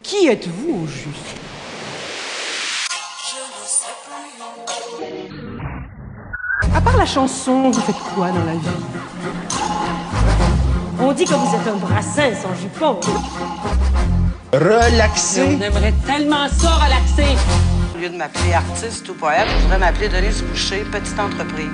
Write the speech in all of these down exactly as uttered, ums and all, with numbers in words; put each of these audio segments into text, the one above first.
Qui êtes-vous au juste? À part la chanson, vous faites quoi dans la vie? On dit que vous êtes un brassin sans jupon. Relaxer. On aimerait tellement ça, relaxer. Au lieu de m'appeler artiste ou poète, je voudrais m'appeler Denise Boucher, petite entreprise.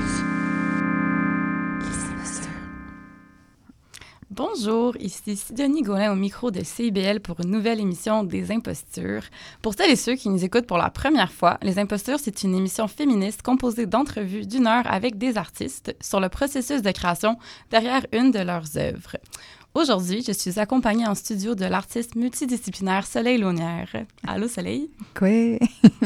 Bonjour, ici Sidonie Gaulin au micro de C I B L pour une nouvelle émission des Impostures. Pour celles et ceux qui nous écoutent pour la première fois, Les Impostures, c'est une émission féministe composée d'entrevues d'une heure avec des artistes sur le processus de création derrière une de leurs œuvres. Aujourd'hui, je suis accompagnée en studio de l'artiste multidisciplinaire Soleil Launière. Allô, Soleil? Quoi?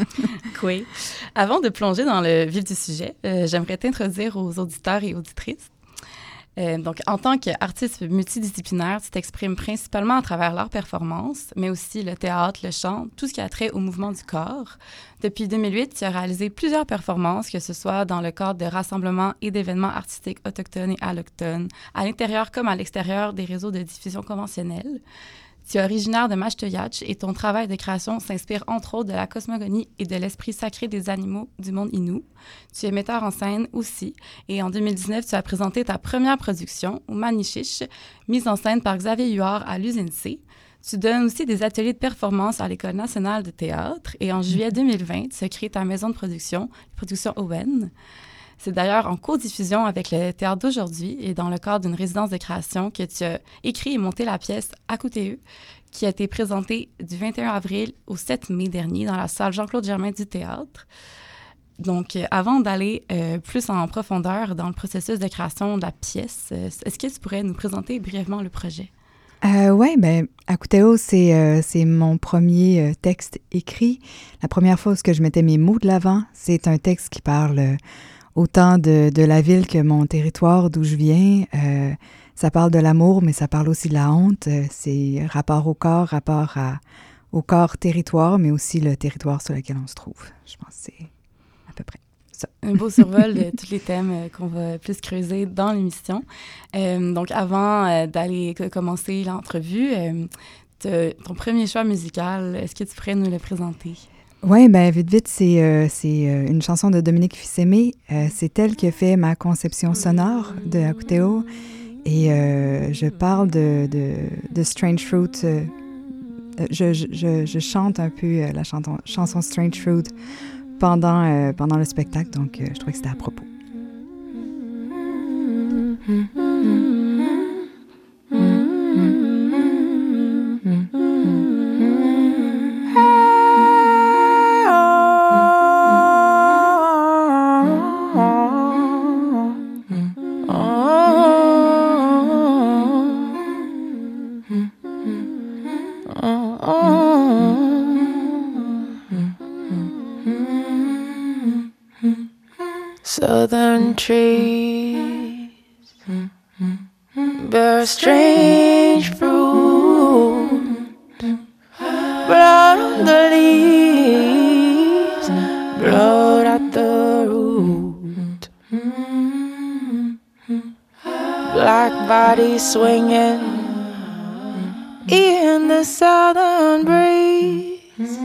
Quoi? Avant de plonger dans le vif du sujet, euh, j'aimerais t'introduire aux auditeurs et auditrices. Euh, donc, en tant qu'artiste multidisciplinaire, tu t'exprimes principalement à travers l'art performance, mais aussi le théâtre, le chant, tout ce qui a trait au mouvement du corps. Depuis deux mille huit, tu as réalisé plusieurs performances, que ce soit dans le cadre de rassemblements et d'événements artistiques autochtones et allochtones, à l'intérieur comme à l'extérieur des réseaux de diffusion conventionnels. Tu es originaire de Mashteuiatsh et ton travail de création s'inspire entre autres de la cosmogonie et de l'esprit sacré des animaux du monde Innu. Tu es metteur en scène aussi et en deux mille dix-neuf, tu as présenté ta première production, Oumanishish, mise en scène par Xavier Huard à l'U N C. Tu donnes aussi des ateliers de performance à l'École nationale de théâtre et en juillet deux mille vingt, tu as créé ta maison de production, Production Owen. C'est d'ailleurs en codiffusion avec le Théâtre d'aujourd'hui et dans le cadre d'une résidence de création que tu as écrit et monté la pièce Akuteu, qui a été présentée du vingt et un avril au sept mai dernier dans la salle Jean-Claude Germain du théâtre. Donc, euh, avant d'aller euh, plus en profondeur dans le processus de création de la pièce, euh, est-ce que tu pourrais nous présenter brièvement le projet? Euh, oui, bien, Akuteu, c'est, euh, c'est mon premier euh, texte écrit. La première fois où je mettais mes mots de l'avant, c'est un texte qui parle euh, autant de, de la ville que mon territoire d'où je viens. Euh, ça parle de l'amour, mais ça parle aussi de la honte. Euh, c'est rapport au corps, rapport à, au corps-territoire, mais aussi le territoire sur lequel on se trouve. Je pense que c'est à peu près ça. Un beau survol de tous les thèmes euh, qu'on va plus creuser dans l'émission. Euh, donc, avant euh, d'aller c- commencer l'entrevue, euh, ton premier choix musical, est-ce que tu pourrais nous le présenter? Oui, bien, vite, vite, c'est, euh, c'est euh, une chanson de Dominique Fils-Aimé. Euh, c'est elle qui a fait ma conception sonore de Akuteu. Et euh, je parle de, de, de Strange Fruit. Euh, je, je, je chante un peu euh, la chanton, chanson Strange Fruit pendant, euh, pendant le spectacle, donc euh, je trouvais que c'était à propos. Southern trees bear strange fruit, blood on the leaves, blood at the root, black bodies swinging in the southern breeze,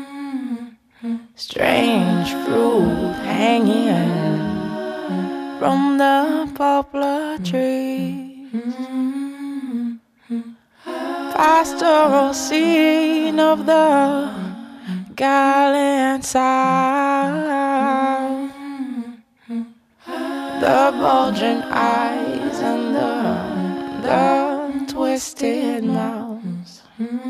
strange fruit hanging from the poplar trees. Pastoral scene of the gallant South, the bulging eyes and the, the twisted mouths,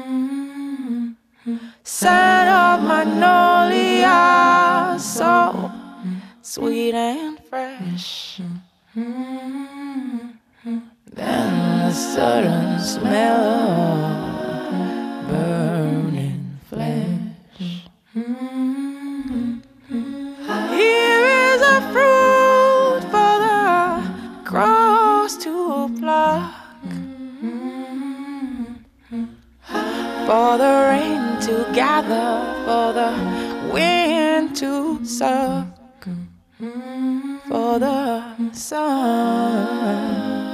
scent of magnolia, so sweet and fresh. Then the sudden smell of burning flesh. Here is a fruit for the cross to pluck, for the rain to gather, for the wind to suck, for the sun.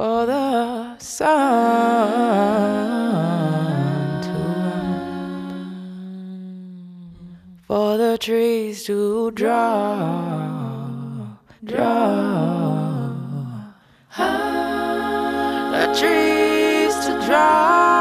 for the sun to run, for the trees to draw, draw, the trees to draw.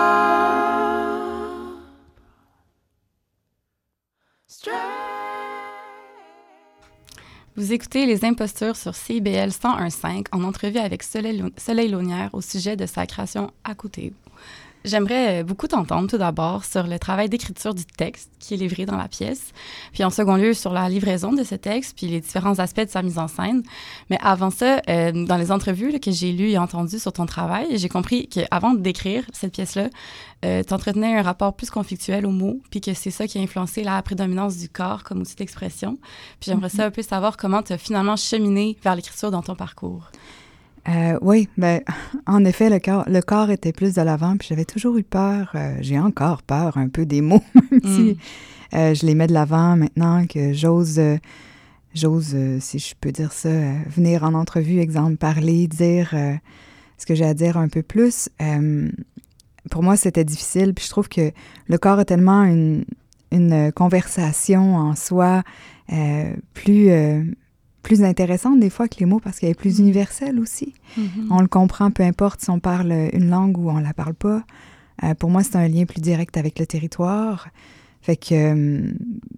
Vous écoutez Les Impostures sur C I B L cent un virgule cinq en entrevue avec Soleil, Soleil Launière au sujet de sa création Akuteo. J'aimerais beaucoup t'entendre tout d'abord sur le travail d'écriture du texte qui est livré dans la pièce, puis en second lieu sur la livraison de ce texte, puis les différents aspects de sa mise en scène. Mais avant ça, euh, dans les entrevues là, que j'ai lues et entendues sur ton travail, j'ai compris qu'avant d'écrire cette pièce-là, euh, tu entretenais un rapport plus conflictuel aux mots, puis que c'est ça qui a influencé la prédominance du corps comme outil d'expression. Puis j'aimerais mm-hmm. ça un peu savoir comment tu as finalement cheminé vers l'écriture dans ton parcours. Euh, oui, ben, en effet, le corps, le corps était plus de l'avant, puis j'avais toujours eu peur, euh, j'ai encore peur un peu des mots, même mm. si euh, je les mets de l'avant maintenant, que j'ose, euh, j'ose, euh, si je peux dire ça, euh, venir en entrevue, exemple, parler, dire euh, ce que j'ai à dire un peu plus. Euh, pour moi, c'était difficile, puis je trouve que le corps a tellement une, une conversation en soi euh, plus... Euh, plus intéressante des fois que les mots parce qu'elle est plus universelle aussi. Mm-hmm. On le comprend peu importe si on parle une langue ou on la parle pas. Euh, pour moi, c'est un lien plus direct avec le territoire. Fait que euh,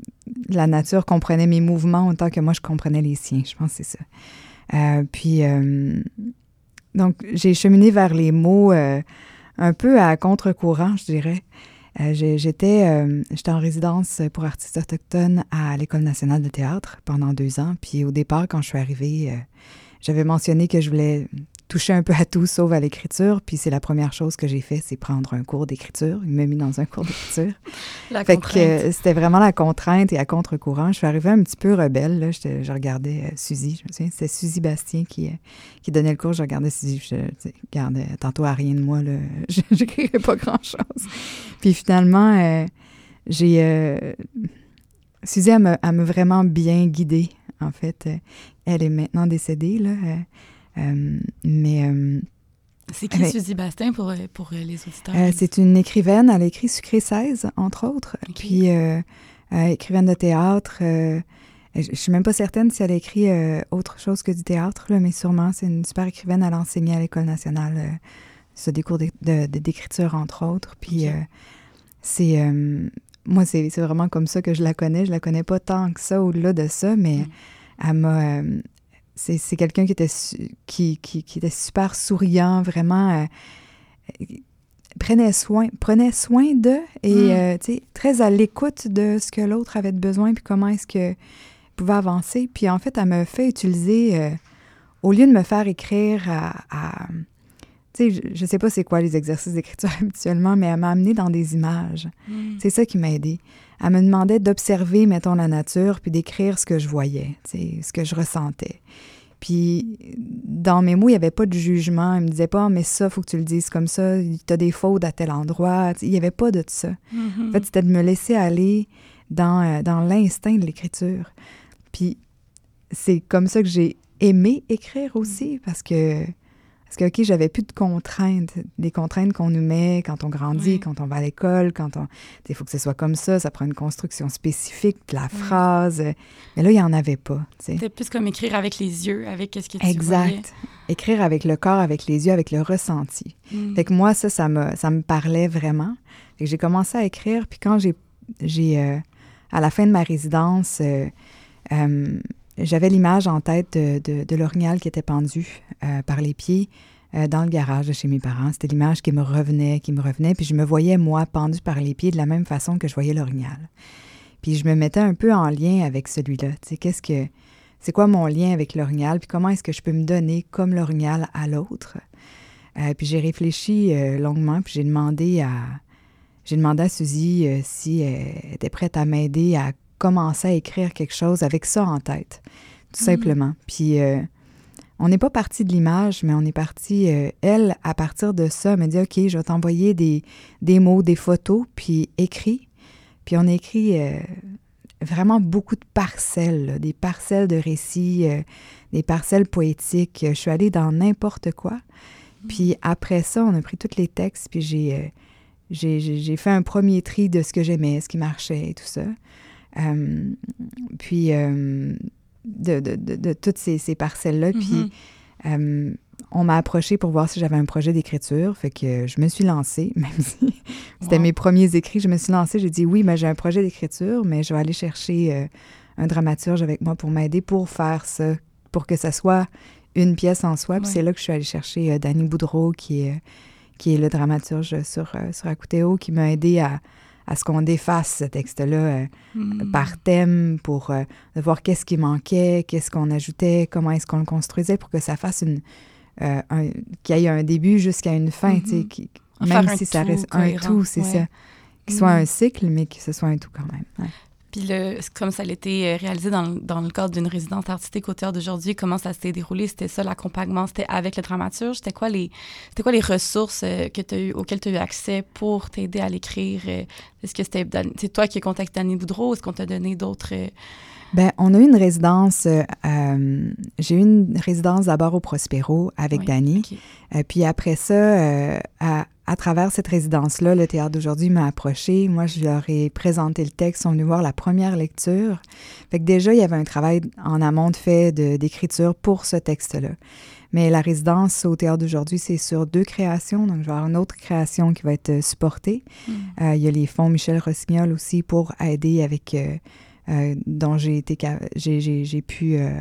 la nature comprenait mes mouvements autant que moi, je comprenais les siens. Je pense que c'est ça. Euh, puis, euh, donc, j'ai cheminé vers les mots euh, un peu à contre-courant, je dirais. Euh, j'ai, j'étais, euh, j'étais en résidence pour artistes autochtones à l'École nationale de théâtre pendant deux ans. Puis au départ, quand je suis arrivée, euh, j'avais mentionné que je voulais toucher un peu à tout, sauf à l'écriture. Puis c'est la première chose que j'ai fait, c'est prendre un cours d'écriture. Il m'a mis dans un cours d'écriture. La fait contrainte. que euh, c'était vraiment la contrainte et à contre-courant. Je suis arrivée un petit peu rebelle. Là. Je, je regardais euh, Suzy, je me souviens, c'était Suzy Bastien qui, euh, qui donnait le cours. Je regardais Suzy, je regardais tantôt à rien de moi, là, je n'écrivais pas grand-chose. Puis finalement, euh, j'ai... Euh, Suzy, elle m'a, elle m'a vraiment bien guidée, en fait. Elle est maintenant décédée, là. Euh, Euh, mais euh, c'est qui avec, Suzy Bastien pour, pour les auditeurs? Euh, c'est une écrivaine. Elle a écrit Sucré seize, entre autres. Okay. Puis euh, euh, écrivaine de théâtre. Euh, je ne suis même pas certaine si elle a écrit euh, autre chose que du théâtre, là, mais sûrement, c'est une super écrivaine. Elle a enseigné à l'École nationale euh, sur des cours de, de, de, d'écriture, entre autres. Puis okay. euh, c'est... Euh, moi, c'est, c'est vraiment comme ça que je la connais. Je la connais pas tant que ça, au-delà de ça, mais mm. elle m'a... Euh, C'est, c'est quelqu'un qui était, su, qui, qui, qui était super souriant, vraiment, euh, prenait soin, prenait soin d'eux et mm. euh, tu sais, très à l'écoute de ce que l'autre avait de besoin puis comment est-ce qu'il pouvait avancer. Puis en fait, elle m'a fait utiliser, euh, au lieu de me faire écrire à... à tu sais, je ne sais pas c'est quoi les exercices d'écriture habituellement, mais elle m'a amené dans des images. Mm. C'est ça qui m'a aidée. Elle me demandait d'observer, mettons, la nature, puis d'écrire ce que je voyais, tu sais, ce que je ressentais. Puis, dans mes mots, il n'y avait pas de jugement. Elle me disait pas, mais ça, il faut que tu le dises comme ça, tu as des fautes à tel endroit. Tu sais, il n'y avait pas de ça. Mm-hmm. En fait, c'était de me laisser aller dans, euh, dans l'instinct de l'écriture. Puis, c'est comme ça que j'ai aimé écrire aussi, parce que... Parce que, OK, j'avais plus de contraintes, des contraintes qu'on nous met quand on grandit, oui. quand on va à l'école, quand on... Il faut que ce soit comme ça, ça prend une construction spécifique de la oui. phrase. Mais là, il n'y en avait pas. T'sais. C'était plus comme écrire avec les yeux, avec ce que tu exact. voyais. Écrire avec le corps, avec les yeux, avec le ressenti. Mm. Fait que moi, ça, ça me, ça me parlait vraiment. Fait que j'ai commencé à écrire, puis quand j'ai... j'ai euh, à la fin de ma résidence... Euh, euh, J'avais l'image en tête de, de, de l'orignal qui était pendu euh, par les pieds euh, dans le garage de chez mes parents. C'était l'image qui me revenait, qui me revenait. Puis je me voyais, moi, pendue par les pieds de la même façon que je voyais l'orignal. Puis je me mettais un peu en lien avec celui-là. Tu sais, qu'est-ce que... C'est quoi mon lien avec l'orignal? Puis comment est-ce que je peux me donner comme l'orignal à l'autre? Euh, puis j'ai réfléchi euh, longuement, puis j'ai demandé à... J'ai demandé à Suzy euh, si elle était prête à m'aider à commencer à écrire quelque chose avec ça en tête, tout mmh. simplement. Puis, euh, on n'est pas parti de l'image, mais on est parti, euh, elle, à partir de ça, elle m'a dit, OK, je vais t'envoyer des, des mots, des photos, puis écrit. Puis on a écrit euh, vraiment beaucoup de parcelles, là, des parcelles de récits, euh, des parcelles poétiques. Je suis allée dans n'importe quoi. Puis après ça, on a pris tous les textes, puis j'ai, euh, j'ai, j'ai, j'ai fait un premier tri de ce que j'aimais, ce qui marchait et tout ça. Euh, puis euh, de, de, de, de toutes ces, ces parcelles-là. Mm-hmm. Puis euh, on m'a approché pour voir si j'avais un projet d'écriture. Fait que je me suis lancée, même si c'était wow. mes premiers écrits. Je me suis lancée, j'ai dit oui, mais j'ai un projet d'écriture, mais je vais aller chercher euh, un dramaturge avec moi pour m'aider pour faire ça, pour que ça soit une pièce en soi. Puis ouais. c'est là que je suis allée chercher euh, Danny Boudreau, qui est, qui est le dramaturge sur, euh, sur Akoutéo, qui m'a aidé à, à ce qu'on défasse ce texte-là euh, mm. par thème, pour euh, de voir qu'est-ce qui manquait, qu'est-ce qu'on ajoutait, comment est-ce qu'on le construisait pour que ça fasse une... Euh, un, qu'il y ait un début jusqu'à une fin, mm-hmm. tu sais, qui, même si ça reste cohérent. Un tout, c'est ouais. ça. Qu'il soit mm. un cycle, mais que ce soit un tout quand même. Ouais. Puis le, comme ça a été réalisé dans, dans le cadre d'une résidence artistique au Théâtre d'aujourd'hui, comment ça s'est déroulé? C'était ça, l'accompagnement? C'était avec le dramaturge? C'était quoi les, c'était quoi les ressources que t'as eu, auxquelles tu as eu accès pour t'aider à l'écrire? Est-ce que c'était c'est toi qui as contacté Danny Boudreau? Est-ce qu'on t'a donné d'autres... Bien, on a eu une résidence, euh, j'ai eu une résidence d'abord au Prospero avec oui, Danny. Okay. Euh, puis après ça, euh, à, à travers cette résidence-là, le Théâtre d'aujourd'hui m'a approché. Moi, je leur ai présenté le texte, ils sont venus voir la première lecture. Fait que déjà, il y avait un travail en amont de fait de, d'écriture pour ce texte-là. Mais la résidence au Théâtre d'aujourd'hui, c'est sur deux créations. Donc, je vais avoir une autre création qui va être supportée. Mm. Euh, il y a les fonds Michel Rossignol aussi pour aider avec... Euh, Euh, dont j'ai été j'ai, j'ai, j'ai pu euh,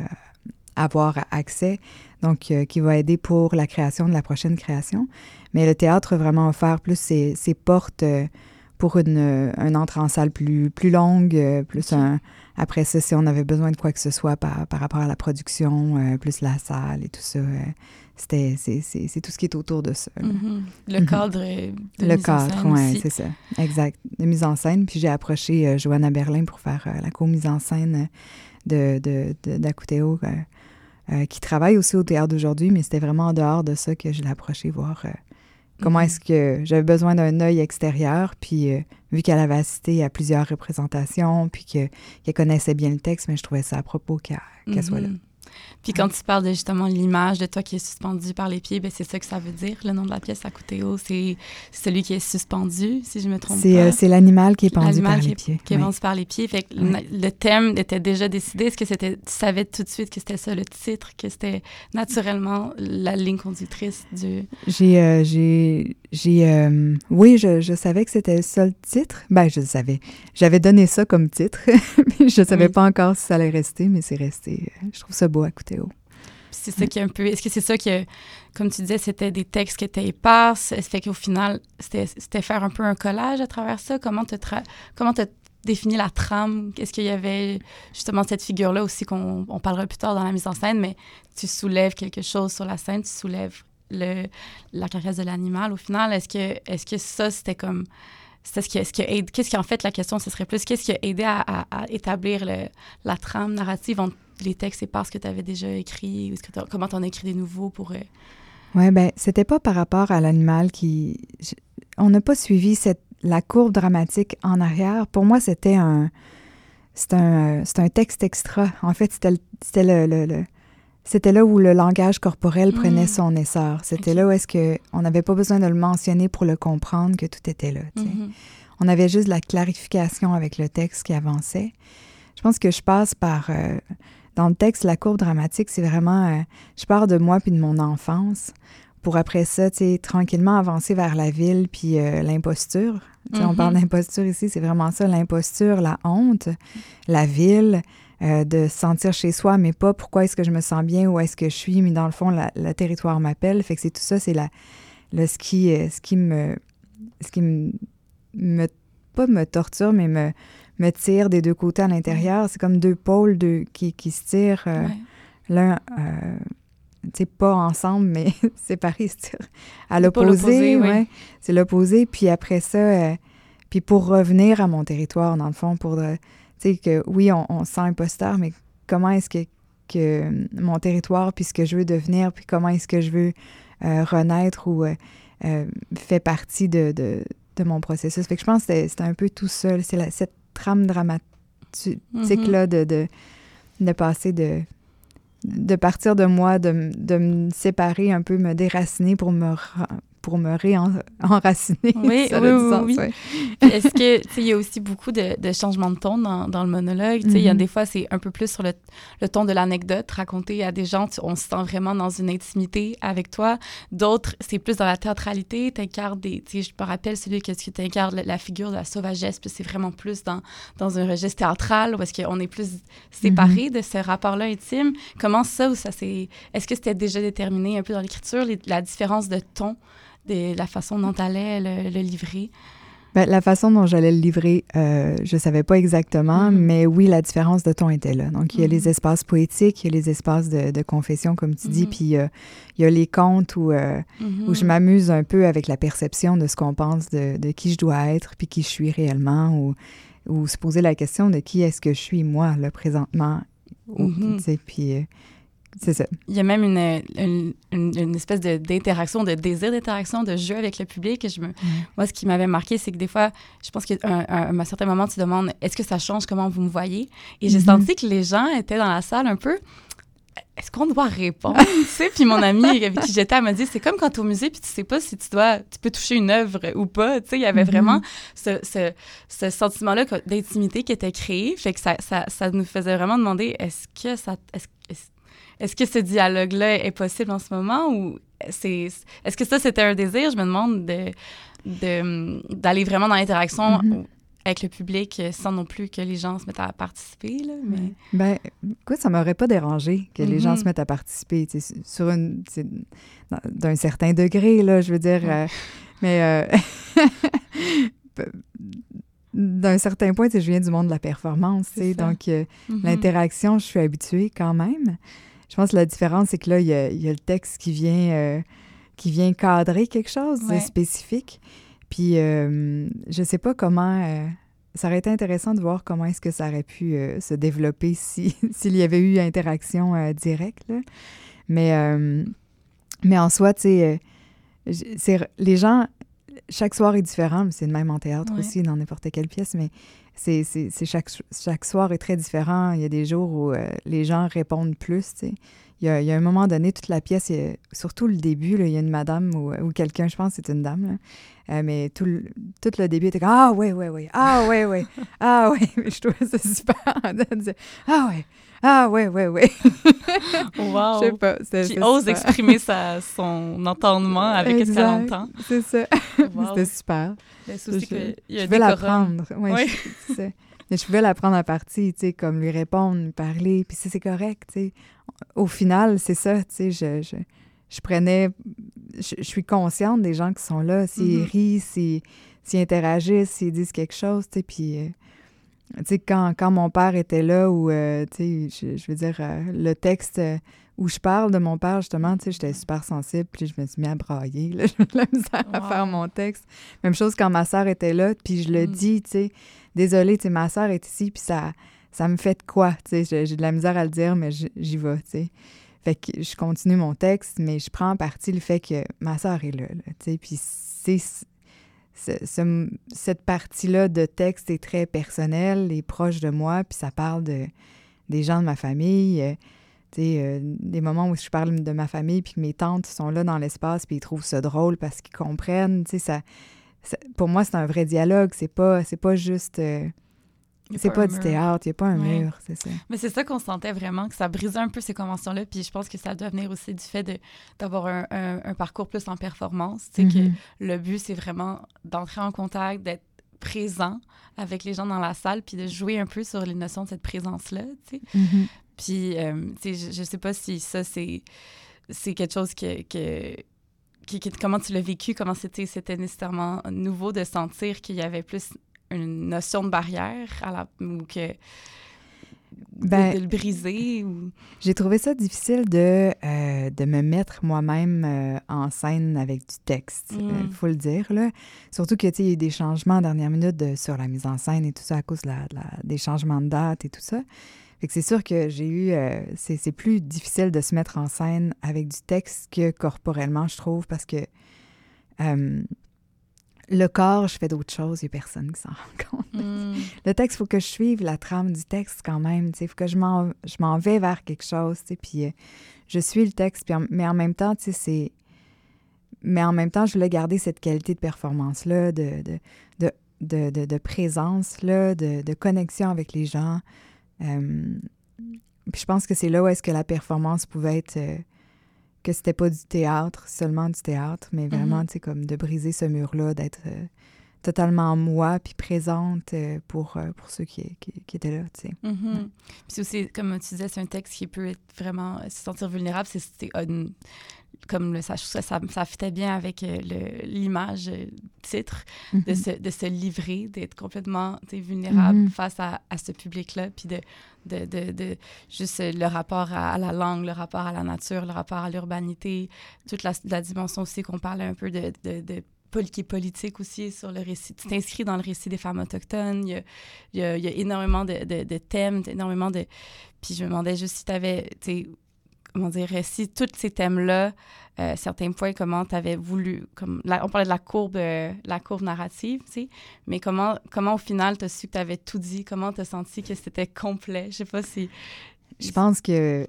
avoir accès, donc euh, qui va aider pour la création de la prochaine création. Mais le théâtre a vraiment offert plus ses, ses portes euh, pour une, euh, une entrée en salle plus, plus longue, euh, plus okay. un... Après ça, si on avait besoin de quoi que ce soit par, par rapport à la production, euh, plus la salle et tout ça, euh, c'était, c'est, c'est, c'est tout ce qui est autour de ça. Mm-hmm. Le cadre de Le mise cadre, en scène oui, aussi. c'est ça. Exact. De mise en scène. Puis j'ai approché euh, Johanna Berlin pour faire euh, la co-mise en scène de, de, de, d'Akoutéo, euh, euh, qui travaille aussi au Théâtre d'aujourd'hui, mais c'était vraiment en dehors de ça que je l'ai approché voir euh, comment mm-hmm. est-ce que j'avais besoin d'un œil extérieur. Puis euh, vu qu'elle avait assisté à plusieurs représentations, puis que, qu'elle connaissait bien le texte, mais je trouvais ça à propos qu'elle, qu'elle mm-hmm. soit là. Puis quand tu parles de justement l'image de toi qui est suspendu par les pieds, ben c'est ça que ça veut dire. Le nom de la pièce, Akoutéo, c'est celui qui est suspendu, si je me trompe c'est, pas. Euh, c'est l'animal qui est pendu l'animal par qui les est, pieds. qui est oui. pendu par les pieds. Fait que oui. le, le thème était déjà décidé. Est-ce que c'était, tu savais tout de suite que c'était ça le titre, que c'était naturellement la ligne conductrice du... J'ai... Euh, j'ai, j'ai euh, oui, je, je savais que c'était ça le titre. Ben, je le savais. J'avais donné ça comme titre. Je ne savais oui. pas encore si ça allait rester, mais c'est resté. Je trouve ça beau, Akoutéo. C'est ça qui est un peu... Est-ce que c'est ça que, comme tu disais, c'était des textes qui étaient épars? Ça fait qu'au final, c'était, c'était faire un peu un collage à travers ça? Comment tu tra... comment t'as défini la trame? Est-ce qu'il y avait justement cette figure-là aussi qu'on on parlera plus tard dans la mise en scène, mais tu soulèves quelque chose sur la scène, tu soulèves le, la carcasse de l'animal. Au final, est-ce que, est-ce que ça, c'était comme... C'est ce qui, ce qui aide, qu'est-ce qui, en fait, la question, ce serait plus, qu'est-ce qui a aidé à, à, à établir le, la trame narrative entre les textes et par ce que tu avais déjà écrit, ou ce que comment tu en as écrit des nouveaux pour... Euh... Oui, bien, c'était pas par rapport à l'animal qui... Je, on n'a pas suivi cette, la courbe dramatique en arrière. Pour moi, c'était un... C'était un, c'était un texte extra. En fait, c'était, le, c'était le... le, le C'était là où le langage corporel prenait mmh. son essor. C'était okay. là où est-ce qu'on n'avait pas besoin de le mentionner pour le comprendre, que tout était là. Mmh. On avait juste la clarification avec le texte qui avançait. Je pense que je passe par... Euh, dans le texte, la courbe dramatique, c'est vraiment... Euh, je pars de moi puis de mon enfance pour après ça, tu sais, tranquillement avancer vers la ville puis euh, l'imposture. Mmh. On parle d'imposture ici, c'est vraiment ça, l'imposture, la honte, la ville... Euh, de se sentir chez soi, mais pas pourquoi est-ce que je me sens bien, où est-ce que je suis, mais dans le fond, la, le territoire m'appelle. Fait que c'est tout ça, c'est la, le, ce, qui, ce qui me... Ce qui me, me... Pas me torture, mais me, me tire des deux côtés à l'intérieur. C'est comme deux pôles deux, qui, qui se tirent euh, ouais. l'un... Euh, tu sais, pas ensemble, mais séparés, se tirent à l'opposé. Oui. Ouais. C'est l'opposé. Puis après ça, euh, puis pour revenir à mon territoire, dans le fond, pour... Euh, tu sais, que oui, on, on se sent imposteur, mais comment est-ce que, que mon territoire, puis ce que je veux devenir, puis comment est-ce que je veux euh, renaître ou euh, euh, fait partie de, de, de mon processus. Fait que je pense que c'était, c'était un peu tout ça. C'est la, cette trame dramatique tu- Mhm. cycle-là de, de, de passer de... de partir de moi, de, de me séparer un peu, me déraciner pour me, ra- pour me réenraciner. Oui, Ça a oui, du oui, sens, oui. ouais. Puis est-ce que, tu sais, il y a aussi beaucoup de, de changements de ton dans, dans le monologue. Tu sais, il y a Mhm. des fois, c'est un peu plus sur le, le ton de l'anecdote, raconté à des gens, tu- on se sent vraiment dans une intimité avec toi. D'autres, c'est plus dans la théâtralité, t'incarnes des, tu sais, je me rappelle celui que tu incarnes la, la figure de la sauvagesse, puis c'est vraiment plus dans, dans un registre théâtral, où est-ce qu'on est plus séparés de ce rapport-là intime. Comment ça, ou ça c'est, est-ce que c'était déjà déterminé un peu dans l'écriture, les- la différence de ton, de la façon dont tu allais le, le livrer? Ben, la façon dont j'allais le livrer, euh, je savais pas exactement, Mhm. mais oui, la différence de ton était là. Donc, il y a Mhm. les espaces poétiques, il y a les espaces de, de confession, comme tu dis, Mhm. puis euh, il y a les contes où, euh, Mhm. où je m'amuse un peu avec la perception de ce qu'on pense de, de qui je dois être, puis qui je suis réellement, ou, ou se poser la question de qui est-ce que je suis, moi, là, présentement. Ou, Mhm. tu sais, puis euh, c'est ça. Il y a même une, une, une, une espèce de, d'interaction, de désir d'interaction, de jeu avec le public. Je me, Moi, ce qui m'avait marqué, c'est que des fois, je pense qu'à un, un, un certain moment, tu demandes « Est-ce que ça change comment vous me voyez? » Et j'ai Mhm. senti que les gens étaient dans la salle un peu « Est-ce qu'on doit répondre? » Tu sais, puis mon amie avec qui j'étais, elle m'a dit « C'est comme quand tu es au musée, puis tu sais pas si tu dois, tu peux toucher une œuvre ou pas. » Tu sais, il y avait Mhm. vraiment ce, ce, ce sentiment-là que- d'intimité qui était créé. Fait que ça, ça, ça nous faisait vraiment demander « Est-ce que ça... Est-ce, est-ce, Est-ce que ce dialogue-là est possible en ce moment ou c'est est-ce que ça c'était un désir? Je me demande de, de d'aller vraiment dans l'interaction Mhm. avec le public sans non plus que les gens se mettent à participer là, mais Ben, écoute, ça m'aurait pas dérangé que les gens Mhm. se mettent à participer, tu sais, sur une, tu sais, dans- d'un certain degré, là, je veux dire, Ouais. euh, mais euh, d'un certain point, tu sais, je viens du monde de la performance, tu sais, C'est ça. donc euh, Mhm. l'interaction, je suis habituée quand même. Je pense que la différence, c'est que là, il y a, il y a le texte qui vient, euh, qui vient cadrer quelque chose de Ouais. spécifique. Puis, euh, je sais pas comment... euh, ça aurait été intéressant de voir comment est-ce que ça aurait pu euh, se développer si, s'il y avait eu interaction euh, directe, là. Mais, euh, mais en soi, tu sais, euh, j- c'est- les gens... Chaque soir est différent, mais c'est le même en théâtre Ouais. aussi, dans n'importe quelle pièce, mais c'est, c'est, c'est chaque, chaque soir est très différent. Il y a des jours où euh, les gens répondent plus, tu sais. Il y a, il y a un moment donné, toute la pièce, il y a- surtout le début, là, il y a une madame ou, ou quelqu'un, je pense que c'est une dame, là, euh, mais tout le, tout le début était comme « Ah ouais, ouais, ouais, ah ouais, ouais, ah ouais », je trouvais ça super. Elle disait « Ah ouais, ah ouais, ouais, ouais ». Wow. Je sais pas. C'était, Qui c'était ose super. exprimer sa, son entendement avec ce qu'elle Exact, entend. c'est ça. Wow. C'était super. Mais c'est aussi Je, que il y a je un vais décorum. l'apprendre. Ouais, Oui. je- c'est ça. Mais je pouvais l'apprendre à partie, tu sais, comme lui répondre, lui parler, puis c'est, c'est correct, tu sais. Au final, c'est ça, tu sais, je, je, je prenais... Je, je suis consciente des gens qui sont là, s'ils Mhm. rient, s'ils, s'ils interagissent, s'ils disent quelque chose, tu sais, puis... euh, tu sais, quand, quand mon père était là, ou, euh, tu sais, je, je veux dire, euh, le texte euh, où je parle de mon père, justement, tu sais, j'étais super sensible, puis je me suis mis à brailler, là, j'ai eu de la misère à Wow. faire mon texte. Même chose quand ma sœur était là, puis je le Mm. dis, tu sais, désolée, tu sais, ma sœur est ici, puis ça, ça me fait de quoi, tu sais, j'ai, j'ai de la misère à le dire, mais j- j'y vais, tu sais. Fait que je continue mon texte, mais je prends en partie le fait que ma sœur est là, là, tu sais, puis c'est... Ce, ce- cette partie-là de texte est très personnelle et proche de moi, puis ça parle de, des gens de ma famille, euh, tu sais, euh, des moments où je parle de ma famille, puis que mes tantes sont là dans l'espace, puis ils trouvent ça drôle parce qu'ils comprennent, tu sais, ça, ça- pour moi, c'est un vrai dialogue, c'est pas, c'est pas juste... euh, Il y a c'est pas pas un du mur. théâtre, il n'y a pas un Ouais. mur, c'est ça. Mais c'est ça qu'on sentait vraiment, que ça brisait un peu ces conventions-là. Puis je pense que ça doit venir aussi du fait de, d'avoir un, un, un parcours plus en performance. Tu sais, Mhm. que le but, c'est vraiment d'entrer en contact, d'être présent avec les gens dans la salle, puis de jouer un peu sur les notions de cette présence-là, tu sais. Mhm. Puis, euh, tu sais, je, je sais pas si ça, c'est, c'est quelque chose que... que qui, qui- comment tu l'as vécu, comment c'était, c'était nécessairement nouveau de sentir qu'il y avait plus une notion de barrière à la, ou que de, Ben, de le briser ou... J'ai trouvé ça difficile de, euh, de me mettre moi-même euh, en scène avec du texte, il Mm. faut le dire, là. Surtout que, tu sais, il y a eu des changements en dernière minute de- sur la mise en scène et tout ça à cause de la, de la- des changements de date et tout ça. Fait que c'est sûr que j'ai eu... euh, c'est, c'est plus difficile de se mettre en scène avec du texte que corporellement, je trouve, parce que euh, le corps, je fais d'autres choses, il n'y a personne qui s'en rend compte. Mm. Le texte, il faut que je suive la trame du texte quand même, il faut que je m'en, je m'en vais vers quelque chose, puis euh, je suis le texte, puis en, mais en même temps, tu sais, c'est... Mais en même temps, je voulais garder cette qualité de performance-là, de, de, de, de, de, de présence-là, de, de connexion avec les gens. Euh, puis je pense que c'est là où est-ce que la performance pouvait être... Euh, que c'était pas du théâtre, seulement du théâtre, mais vraiment, mm-hmm. tu sais, comme de briser ce mur-là, d'être euh, totalement moi, puis présente euh, pour, euh, pour ceux qui, qui, qui étaient là, tu sais. Mm-hmm. Ouais. Puis c'est aussi, comme tu disais, c'est un texte qui peut être vraiment... se sentir vulnérable, c'est... c'est une, comme le, ça, ça, ça, ça fitait bien avec euh, le, l'image euh, titre, mm-hmm. de, se, de se livrer, d'être complètement vulnérable mm-hmm. face à, à ce public-là, puis de, de, de, de juste le rapport à, à la langue, le rapport à la nature, le rapport à l'urbanité, toute la, la dimension aussi qu'on parlait un peu de, de, de qui est politique aussi sur le récit. Tu t'inscris dans le récit des femmes autochtones. Il y a, il y a, il y a énormément de, de, de thèmes, énormément de... Puis je me demandais juste si tu avais... comment dire, si tous ces thèmes-là, euh, certains points, comment tu avais voulu... Comme, la, on parlait de la courbe, euh, la courbe narrative, tu sais, mais comment, comment au final tu as su que tu avais tout dit? Comment tu as senti que c'était complet? Je sais pas si... Je pense que...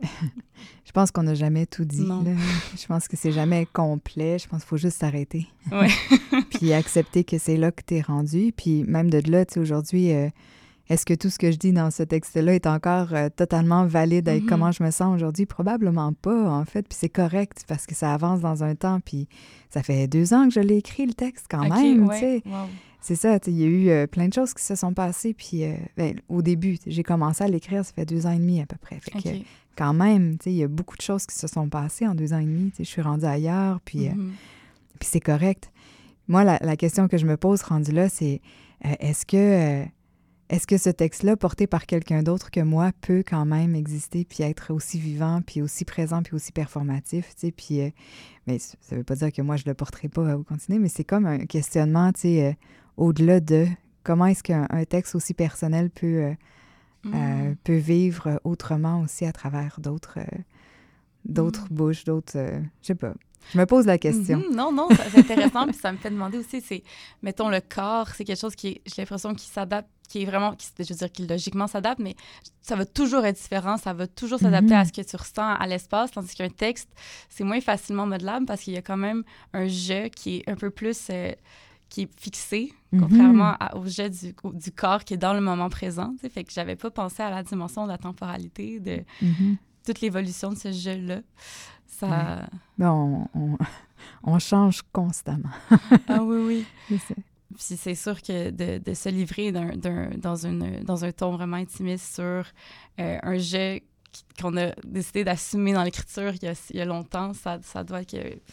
je pense qu'on n'a jamais tout dit. Là. Je pense que c'est jamais complet. Je pense qu'il faut juste s'arrêter. Ouais. Puis accepter que c'est là que tu es rendu. Puis même de là, tu sais, aujourd'hui... Euh, est-ce que tout ce que je dis dans ce texte-là est encore euh, totalement valide avec mm-hmm. comment je me sens aujourd'hui? Probablement pas, en fait. Puis c'est correct parce que ça avance dans un temps. Puis ça fait deux ans que je l'ai écrit, le texte, quand okay, même, ouais. tu sais. Wow. C'est ça, tu sais, il y a eu euh, plein de choses qui se sont passées. Puis euh, ben, au début, j'ai commencé à l'écrire, ça fait deux ans et demi à peu près. Fait okay. que quand même, tu sais, il y a beaucoup de choses qui se sont passées en deux ans et demi. Tu sais, je suis rendue ailleurs, puis, mm-hmm. euh, puis c'est correct. Moi, la, la question que je me pose rendue là, c'est euh, est-ce que... Euh, Est-ce que ce texte-là, porté par quelqu'un d'autre que moi, peut quand même exister puis être aussi vivant, puis aussi présent, puis aussi performatif, tu sais, puis... Euh, mais ça ne veut pas dire que moi, je ne le porterai pas au continuer, mais c'est comme un questionnement, tu sais, euh, au-delà de comment est-ce qu'un un texte aussi personnel peut, euh, mmh. euh, peut vivre autrement aussi à travers d'autres, euh, d'autres mmh. bouches, d'autres... Euh, je sais pas. Je me pose la question. Mm-hmm. Non, non, c'est intéressant. Puis ça me fait demander aussi, c'est, mettons, le corps, c'est quelque chose qui est, j'ai l'impression qu'il s'adapte, qui est vraiment, qui, je veux dire, qui logiquement s'adapte, mais ça va toujours être différent, ça va toujours s'adapter mm-hmm. à ce que tu ressens à l'espace, tandis qu'un texte, c'est moins facilement modelable parce qu'il y a quand même un jeu qui est un peu plus... Euh, qui est fixé, mm-hmm. contrairement à, au jet du, du corps qui est dans le moment présent. T'sais. Fait que j'avais pas pensé à la dimension de la temporalité, de mm-hmm. toute l'évolution de ce jeu-là. Ça... Ouais. Bon, on, on, on change constamment. Ah oui, oui. C'est ça. Puis c'est sûr que de, de se livrer d'un, d'un, dans, une, dans un ton vraiment intimiste sur euh, un jeu qu'on a décidé d'assumer dans l'écriture il y a, il y a longtemps, ça, ça doit être que...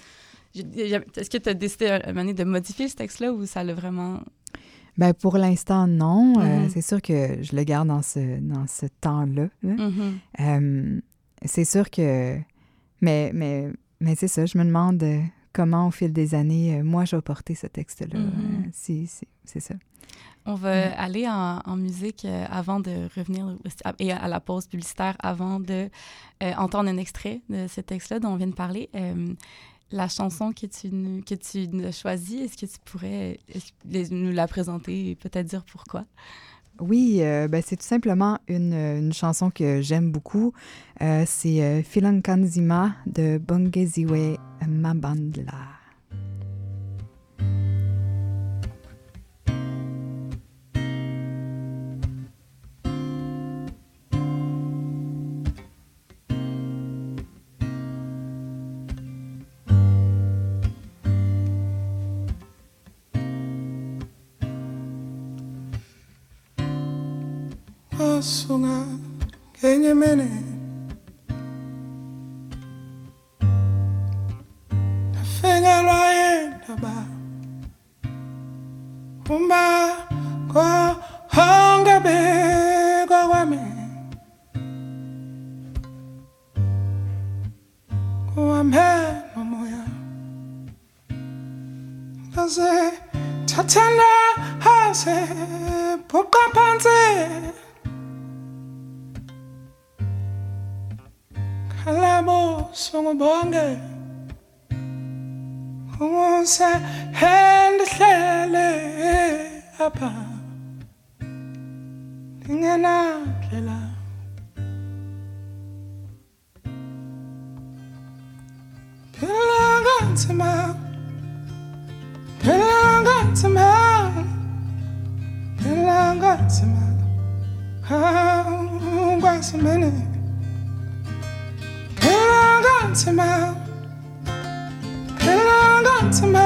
Est-ce que tu as décidé à un moment donné de modifier ce texte-là ou ça l'a vraiment... Bien, pour l'instant, non. Mm-hmm. Euh, c'est sûr que je le garde dans ce, dans ce temps-là. Là. Mm-hmm. Euh, c'est sûr que... Mais, mais, mais c'est ça, je me demande euh, comment, au fil des années, euh, moi, j'ai porté ce texte-là. Mm-hmm. Euh, c'est, c'est, c'est ça. On va mm. aller en, en musique euh, avant de revenir, et à la pause publicitaire, avant de euh, entendre un extrait de ce texte-là dont on vient de parler. Euh, la chanson que tu, que tu as choisie, est-ce que tu pourrais nous la présenter et peut-être dire pourquoi? Oui, euh, ben c'est tout simplement une, une chanson que j'aime beaucoup. Euh, c'est euh, Filankanzima de Bongeziwe Mabandla. Sunga kenye mene Fenga loye naba Umba kwa hanga be kwa wame Kwa me momoya Kaze tatana hase Poka panze Alamo songo bonge Unguze endihlele apha ndingenandlela phila kanzima phila kanzima phila kanzima ungwasimene phila kanzima phila kanzima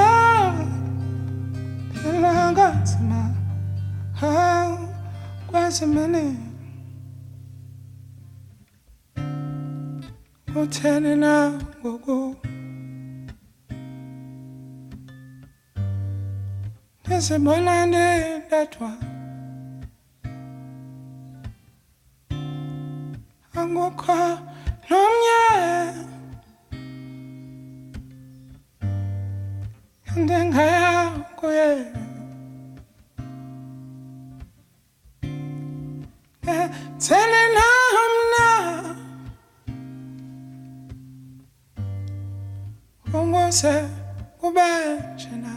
phila kanzima ungwasimene utheni na ngoku ndizibona ndindedwa angukho nomnye endingaya kuye enzeni na mna unguze kube njena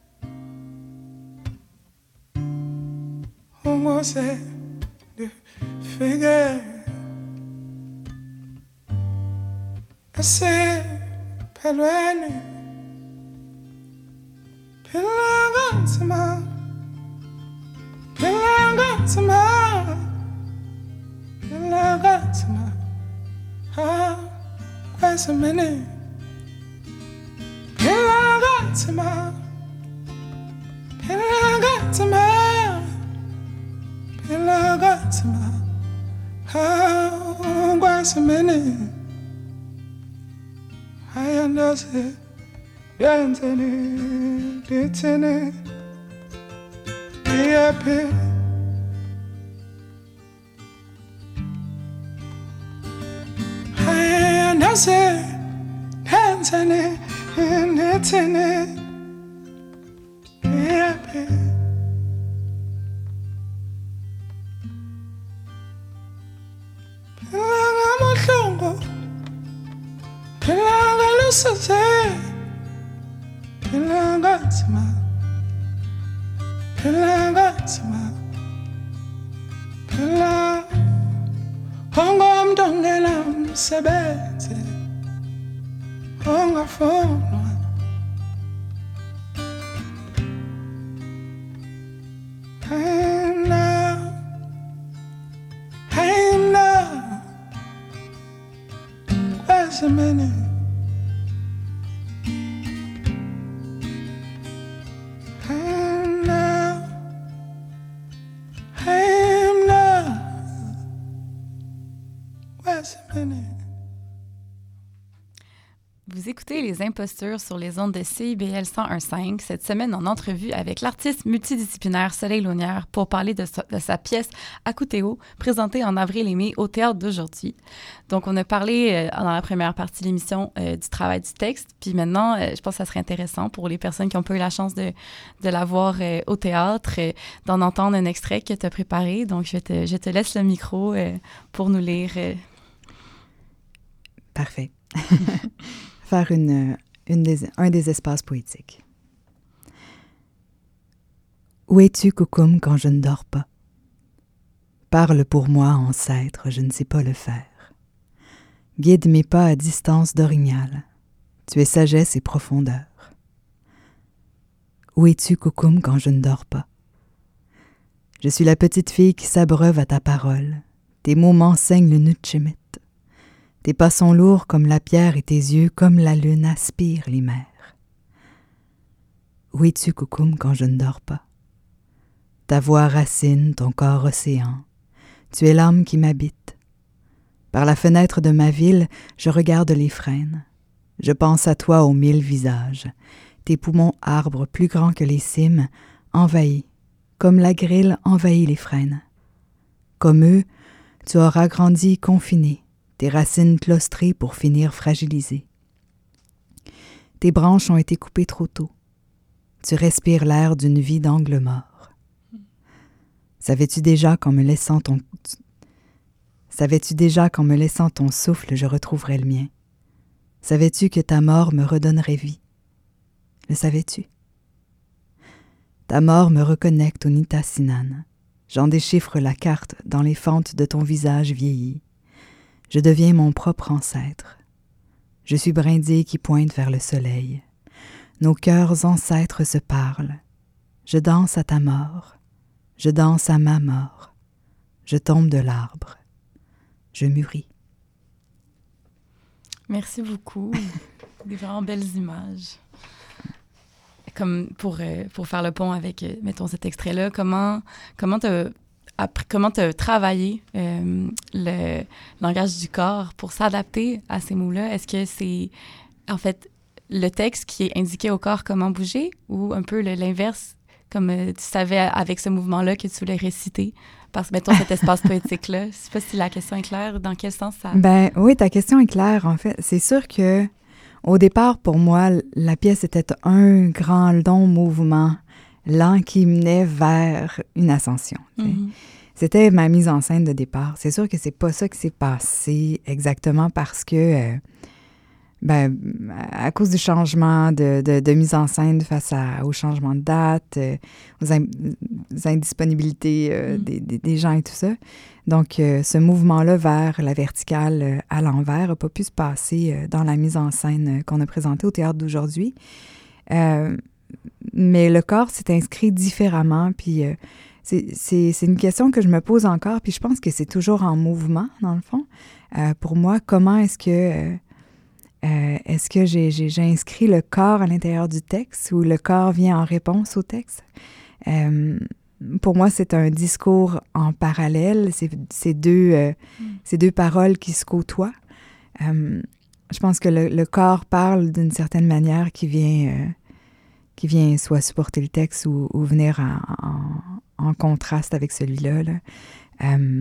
unguze ndifike esiphelweni phila kanzima phila kanzima phila kanzima kwezimini phila kanzima phila kanzima phila kanzima kwezimini ayandaze yenzeni ndithini ndiyaphi ayandaze yenzeni ndithini ndiyaphi phila ngabuhlungu phila ngalusuze phila kanzima phila kanzima phila ungumntu ongenamsebenzi ongafunwa ayimna ayimna kwezimini Vous écoutez Les Impostures sur les ondes de C I B L cent un virgule cinq, cette semaine en entrevue avec l'artiste multidisciplinaire Soleil Launière pour parler de sa, de sa pièce Akuteo, présentée en avril et mai au Théâtre d'aujourd'hui. Donc, on a parlé euh, dans la première partie de l'émission euh, du travail du texte, puis maintenant, euh, je pense que ça serait intéressant pour les personnes qui n'ont pas eu la chance de, de la voir euh, au théâtre, euh, d'en entendre un extrait que tu as préparé. Donc, je te, je te laisse le micro euh, pour nous lire. Euh... Parfait. Faire une, une des, un des espaces poétiques. Où es-tu, Coucoum, quand je ne dors pas? Parle pour moi, ancêtre, je ne sais pas le faire. Guide mes pas à distance d'orignal. Tu es sagesse et profondeur. Où es-tu, Coucoum, quand je ne dors pas? Je suis la petite fille qui s'abreuve à ta parole. Tes mots m'enseignent le nutchimit. Tes pas sont lourds comme la pierre et tes yeux, comme la lune, aspirent les mers. Où es-tu, Coucoum, quand je ne dors pas? Ta voix racine, ton corps océan. Tu es l'âme qui m'habite. Par la fenêtre de ma ville, je regarde les frênes. Je pense à toi aux mille visages. Tes poumons arbres plus grands que les cimes, envahis, comme la grille envahit les frênes. Comme eux, tu auras grandi confiné. Tes racines claustrées pour finir fragilisées. Tes branches ont été coupées trop tôt. Tu respires l'air d'une vie d'angle mort. Savais-tu déjà qu'en me laissant ton... Savais-tu déjà qu'en me laissant ton souffle, je retrouverais le mien? Savais-tu que ta mort me redonnerait vie? Le savais-tu? Ta mort me reconnecte au Nitassinan. J'en déchiffre la carte dans les fentes de ton visage vieilli. Je deviens mon propre ancêtre. Je suis brindille qui pointe vers le soleil. Nos cœurs ancêtres se parlent. Je danse à ta mort. Je danse à ma mort. Je tombe de l'arbre. Je mûris. Merci beaucoup. Des vraiment belles images. Comme pour, euh, pour faire le pont avec, euh, mettons, cet extrait-là, comment comment t'as appris- comment t'as travaillé euh, le langage du corps pour s'adapter à ces mots-là? Est-ce que c'est, en fait, le texte qui est indiqué au corps comment bouger ou un peu le- l'inverse, comme euh, tu savais avec ce mouvement-là que tu voulais réciter? Parce que, mettons, cet espace poétique-là, je sais pas si la question est claire, dans quel sens ça... Ben oui, ta question est claire, en fait. C'est sûr que au départ, pour moi, la pièce était un grand, long mouvement lent qui menait vers une ascension. Mhm. C'était ma mise en scène de départ. C'est sûr que c'est pas ça qui s'est passé exactement parce que, euh, ben, à cause du changement de, de, de mise en scène face à, au changement de date, euh, aux, in- aux indisponibilités euh, Mm. des, des, des gens et tout ça. Donc, euh, ce mouvement-là vers la verticale euh, à l'envers n'a pas pu se passer euh, dans la mise en scène euh, qu'on a présentée au théâtre d'aujourd'hui. Euh, mais le corps s'est inscrit différemment, puis euh, c'est, c'est, c'est une question que je me pose encore, puis je pense que c'est toujours en mouvement, dans le fond. Euh, pour moi, comment est-ce que, euh, euh, est-ce que j'ai, j'ai, j'ai inscrit le corps à l'intérieur du texte ou le corps vient en réponse au texte? Euh, Pour moi, c'est un discours en parallèle. C'est, c'est, deux, euh, mm. c'est deux paroles qui se côtoient. Euh, je pense que le, le corps parle d'une certaine manière qui vient, euh, qui vient soit supporter le texte ou, ou venir en, en, en contraste avec celui-là. Là. Euh,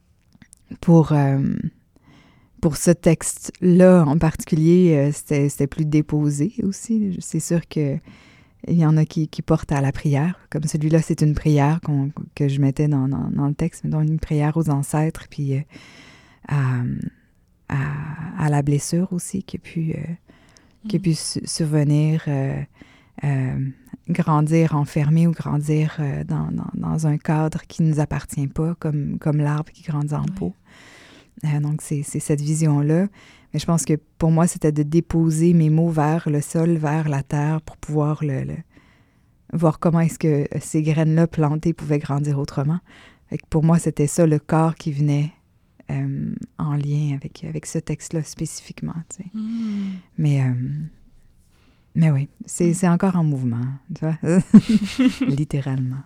pour, euh, pour ce texte-là en particulier, euh, c'était, c'était plus déposé aussi. C'est sûr que il y en a qui, qui portent à la prière. Comme celui-là, c'est une prière qu'on, que je mettais dans, dans, dans le texte, donc une prière aux ancêtres, puis euh, à, à, à la blessure aussi qui a pu, euh, mm. qui a pu su- survenir, euh, euh, grandir enfermé ou grandir euh, dans, dans, dans un cadre qui ne nous appartient pas, comme, comme l'arbre qui grandit en oui. pot. Euh, donc, c'est, c'est cette vision-là. Mais je pense que pour moi, c'était de déposer mes mots vers le sol, vers la terre, pour pouvoir le, le voir comment est-ce que ces graines-là plantées pouvaient grandir autrement. Fait que pour moi, c'était ça, le corps qui venait euh, en lien avec, avec ce texte-là spécifiquement. Tu sais. Mm. Mais, euh, mais oui, c'est, mm. c'est encore en mouvement, tu vois, littéralement.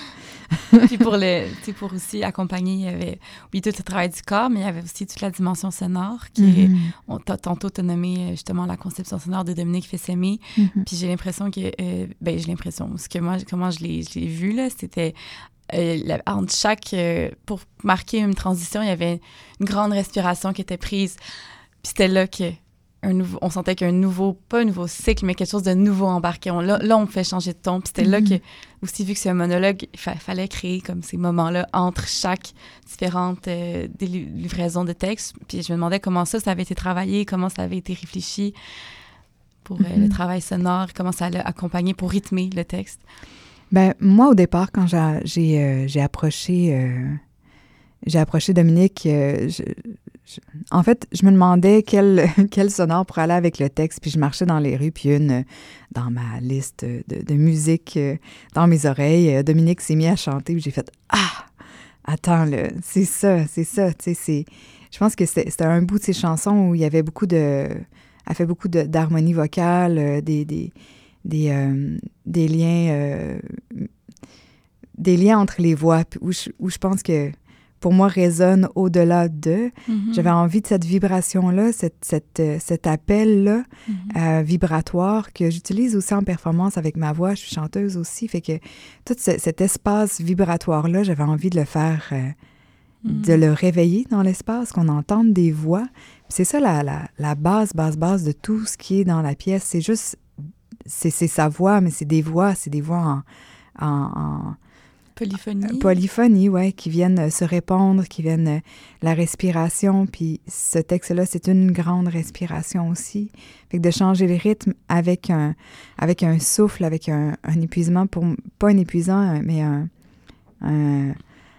Puis pour, le, pour aussi accompagner, il y avait, oui, tout le travail du corps, mais il y avait aussi toute la dimension sonore qui mm-hmm. est, on t'a tantôt t'as nommé justement la conception sonore de Dominique Fils-Aimé. Mm-hmm. Puis j'ai l'impression que, euh, ben j'ai l'impression, parce que moi, comment je l'ai, je l'ai vu, là, c'était euh, la, entre chaque, euh, pour marquer une transition, il y avait une grande respiration qui était prise. Puis c'était là que un nouveau, on sentait qu'un nouveau, pas un nouveau cycle, mais quelque chose de nouveau embarqué. On, là, là, on fait changer de ton. Puis c'était mm-hmm. là que, aussi, vu que c'est un monologue, il fa- fallait créer comme ces moments-là entre chaque différente euh, livraison de texte. Puis je me demandais comment ça, ça avait été travaillé, comment ça avait été réfléchi pour mm-hmm. euh, le travail sonore, comment ça allait accompagner pour rythmer le texte. Ben moi, au départ, quand j'ai, j'ai, euh, j'ai approché... Euh, j'ai approché Dominique... Euh, je, Je, en fait, je me demandais quel, quel sonore pour aller avec le texte, puis je marchais dans les rues, puis une, dans ma liste de, de musique, euh, dans mes oreilles, Dominique s'est mis à chanter, puis j'ai fait « Ah! Attends, là, c'est ça, c'est ça, tu sais, c'est... » Je pense que c'était, c'était un bout de ses chansons où il y avait beaucoup de... Elle fait beaucoup de, d'harmonie vocale, euh, des, des, des, euh, des liens... Euh, des liens entre les voix, où je, où je pense que pour moi, résonne au-delà de. Mm-hmm. J'avais envie de cette vibration-là, cette, cette, cet appel-là mm-hmm. euh, vibratoire que j'utilise aussi en performance avec ma voix. Je suis chanteuse aussi, fait que tout ce, cet espace vibratoire-là, j'avais envie de le faire, euh, mm-hmm. de le réveiller dans l'espace, qu'on entende des voix. Puis c'est ça la, la, la base, base, base de tout ce qui est dans la pièce. C'est juste, c'est, c'est sa voix, mais c'est des voix, c'est des voix en... en, en Polyphonie. Polyphonie, oui, qui viennent euh, se répondre, qui viennent euh, la respiration. Puis ce texte-là, c'est une grande respiration aussi. Fait que de changer le rythme avec un, avec un souffle, avec un, un épuisement, pour pas un épuisant, mais un... un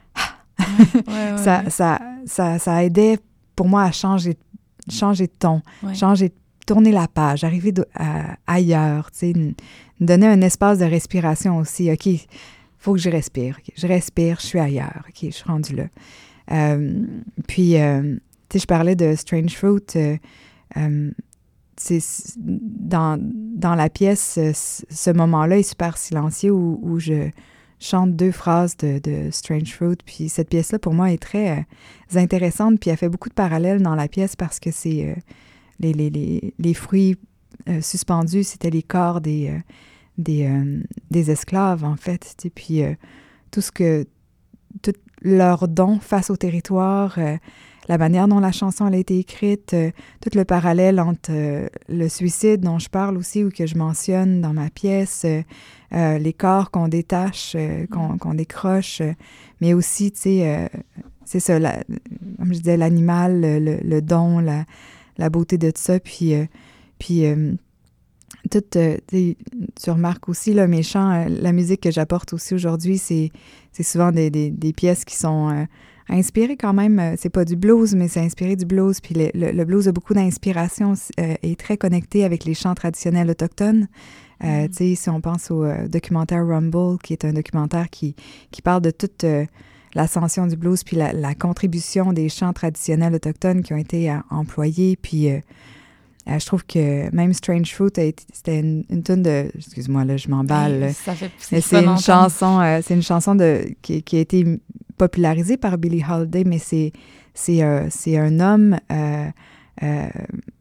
ouais, ouais, ça, ouais. ça, ça, ça aidait pour moi à changer, changer de ton, Ouais. changer, tourner la page, arriver de, à, ailleurs, tu sais, n- donner un espace de respiration aussi. OK, il faut que je respire. Okay, je respire, je suis ailleurs. OK, je suis rendue là. Euh, puis, euh, tu sais, je parlais de Strange Fruit. Euh, euh, c'est, dans, dans la pièce, ce moment-là est super silencieux où, où je chante deux phrases de, de Strange Fruit. Puis cette pièce-là, pour moi, est très euh, intéressante. Puis elle fait beaucoup de parallèles dans la pièce parce que c'est euh, les, les, les, les fruits euh, suspendus, c'était les corps des, euh, des, euh, des esclaves, en fait. Et puis euh, tout ce que... tout leur don face au territoire, euh, la manière dont la chanson elle a été écrite, euh, tout le parallèle entre euh, le suicide dont je parle aussi ou que je mentionne dans ma pièce, euh, euh, les corps qu'on détache, euh, qu'on, qu'on décroche, euh, mais aussi, tu sais, euh, c'est ça, la, comme je disais, l'animal, le, le, le don, la, la beauté de tout ça, puis, euh, puis euh, tout, euh, tu remarques aussi, là, mes chants, euh, la musique que j'apporte aussi aujourd'hui, c'est, c'est souvent des, des, des pièces qui sont... Euh, inspiré quand même, c'est pas du blues, mais c'est inspiré du blues. Puis le, le, le blues a beaucoup d'inspiration, euh, est très connecté avec les chants traditionnels autochtones. Euh, mm. Tu sais, si on pense au euh, documentaire Rumble, qui est un documentaire qui, qui parle de toute euh, l'ascension du blues, puis la, la contribution des chants traditionnels autochtones qui ont été euh, employés. Puis euh, euh, je trouve que même Strange Fruit, a été, c'était une, une tune de... Excuse-moi, là, je m'emballe. Oui, ça fait, c'est mais c'est une, chanson, euh, c'est une chanson de, qui, qui a été... popularisé par Billie Holiday, mais c'est, c'est, euh, c'est un homme, euh, euh,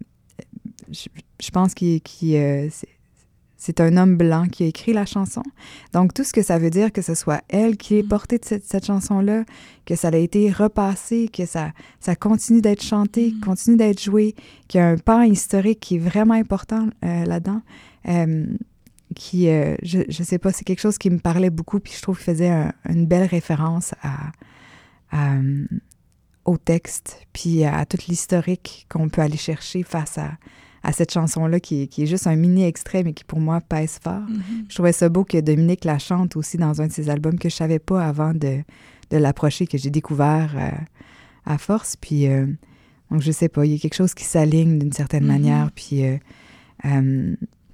je, je pense qu'il, qu'il euh, c'est, c'est un homme blanc qui a écrit la chanson. Donc, tout ce que ça veut dire, que ce soit elle qui ait porté cette, cette chanson-là, que ça a été repassé, que ça, ça continue d'être chanté, mm. continue d'être joué, qu'il y a un pan historique qui est vraiment important euh, là-dedans, euh, qui, euh, je ne sais pas, c'est quelque chose qui me parlait beaucoup, puis je trouve qu'il faisait un, une belle référence à, à, au texte, puis à, à tout l'historique qu'on peut aller chercher face à, à cette chanson-là, qui est, qui est juste un mini-extrait, mais qui, pour moi, pèse fort. Mm-hmm. Je trouvais ça beau que Dominique la chante aussi dans un de ses albums que je ne savais pas avant de, de l'approcher, que j'ai découvert euh, à force, puis euh, donc je sais pas, il y a quelque chose qui s'aligne d'une certaine mm-hmm. manière, puis... Euh, euh,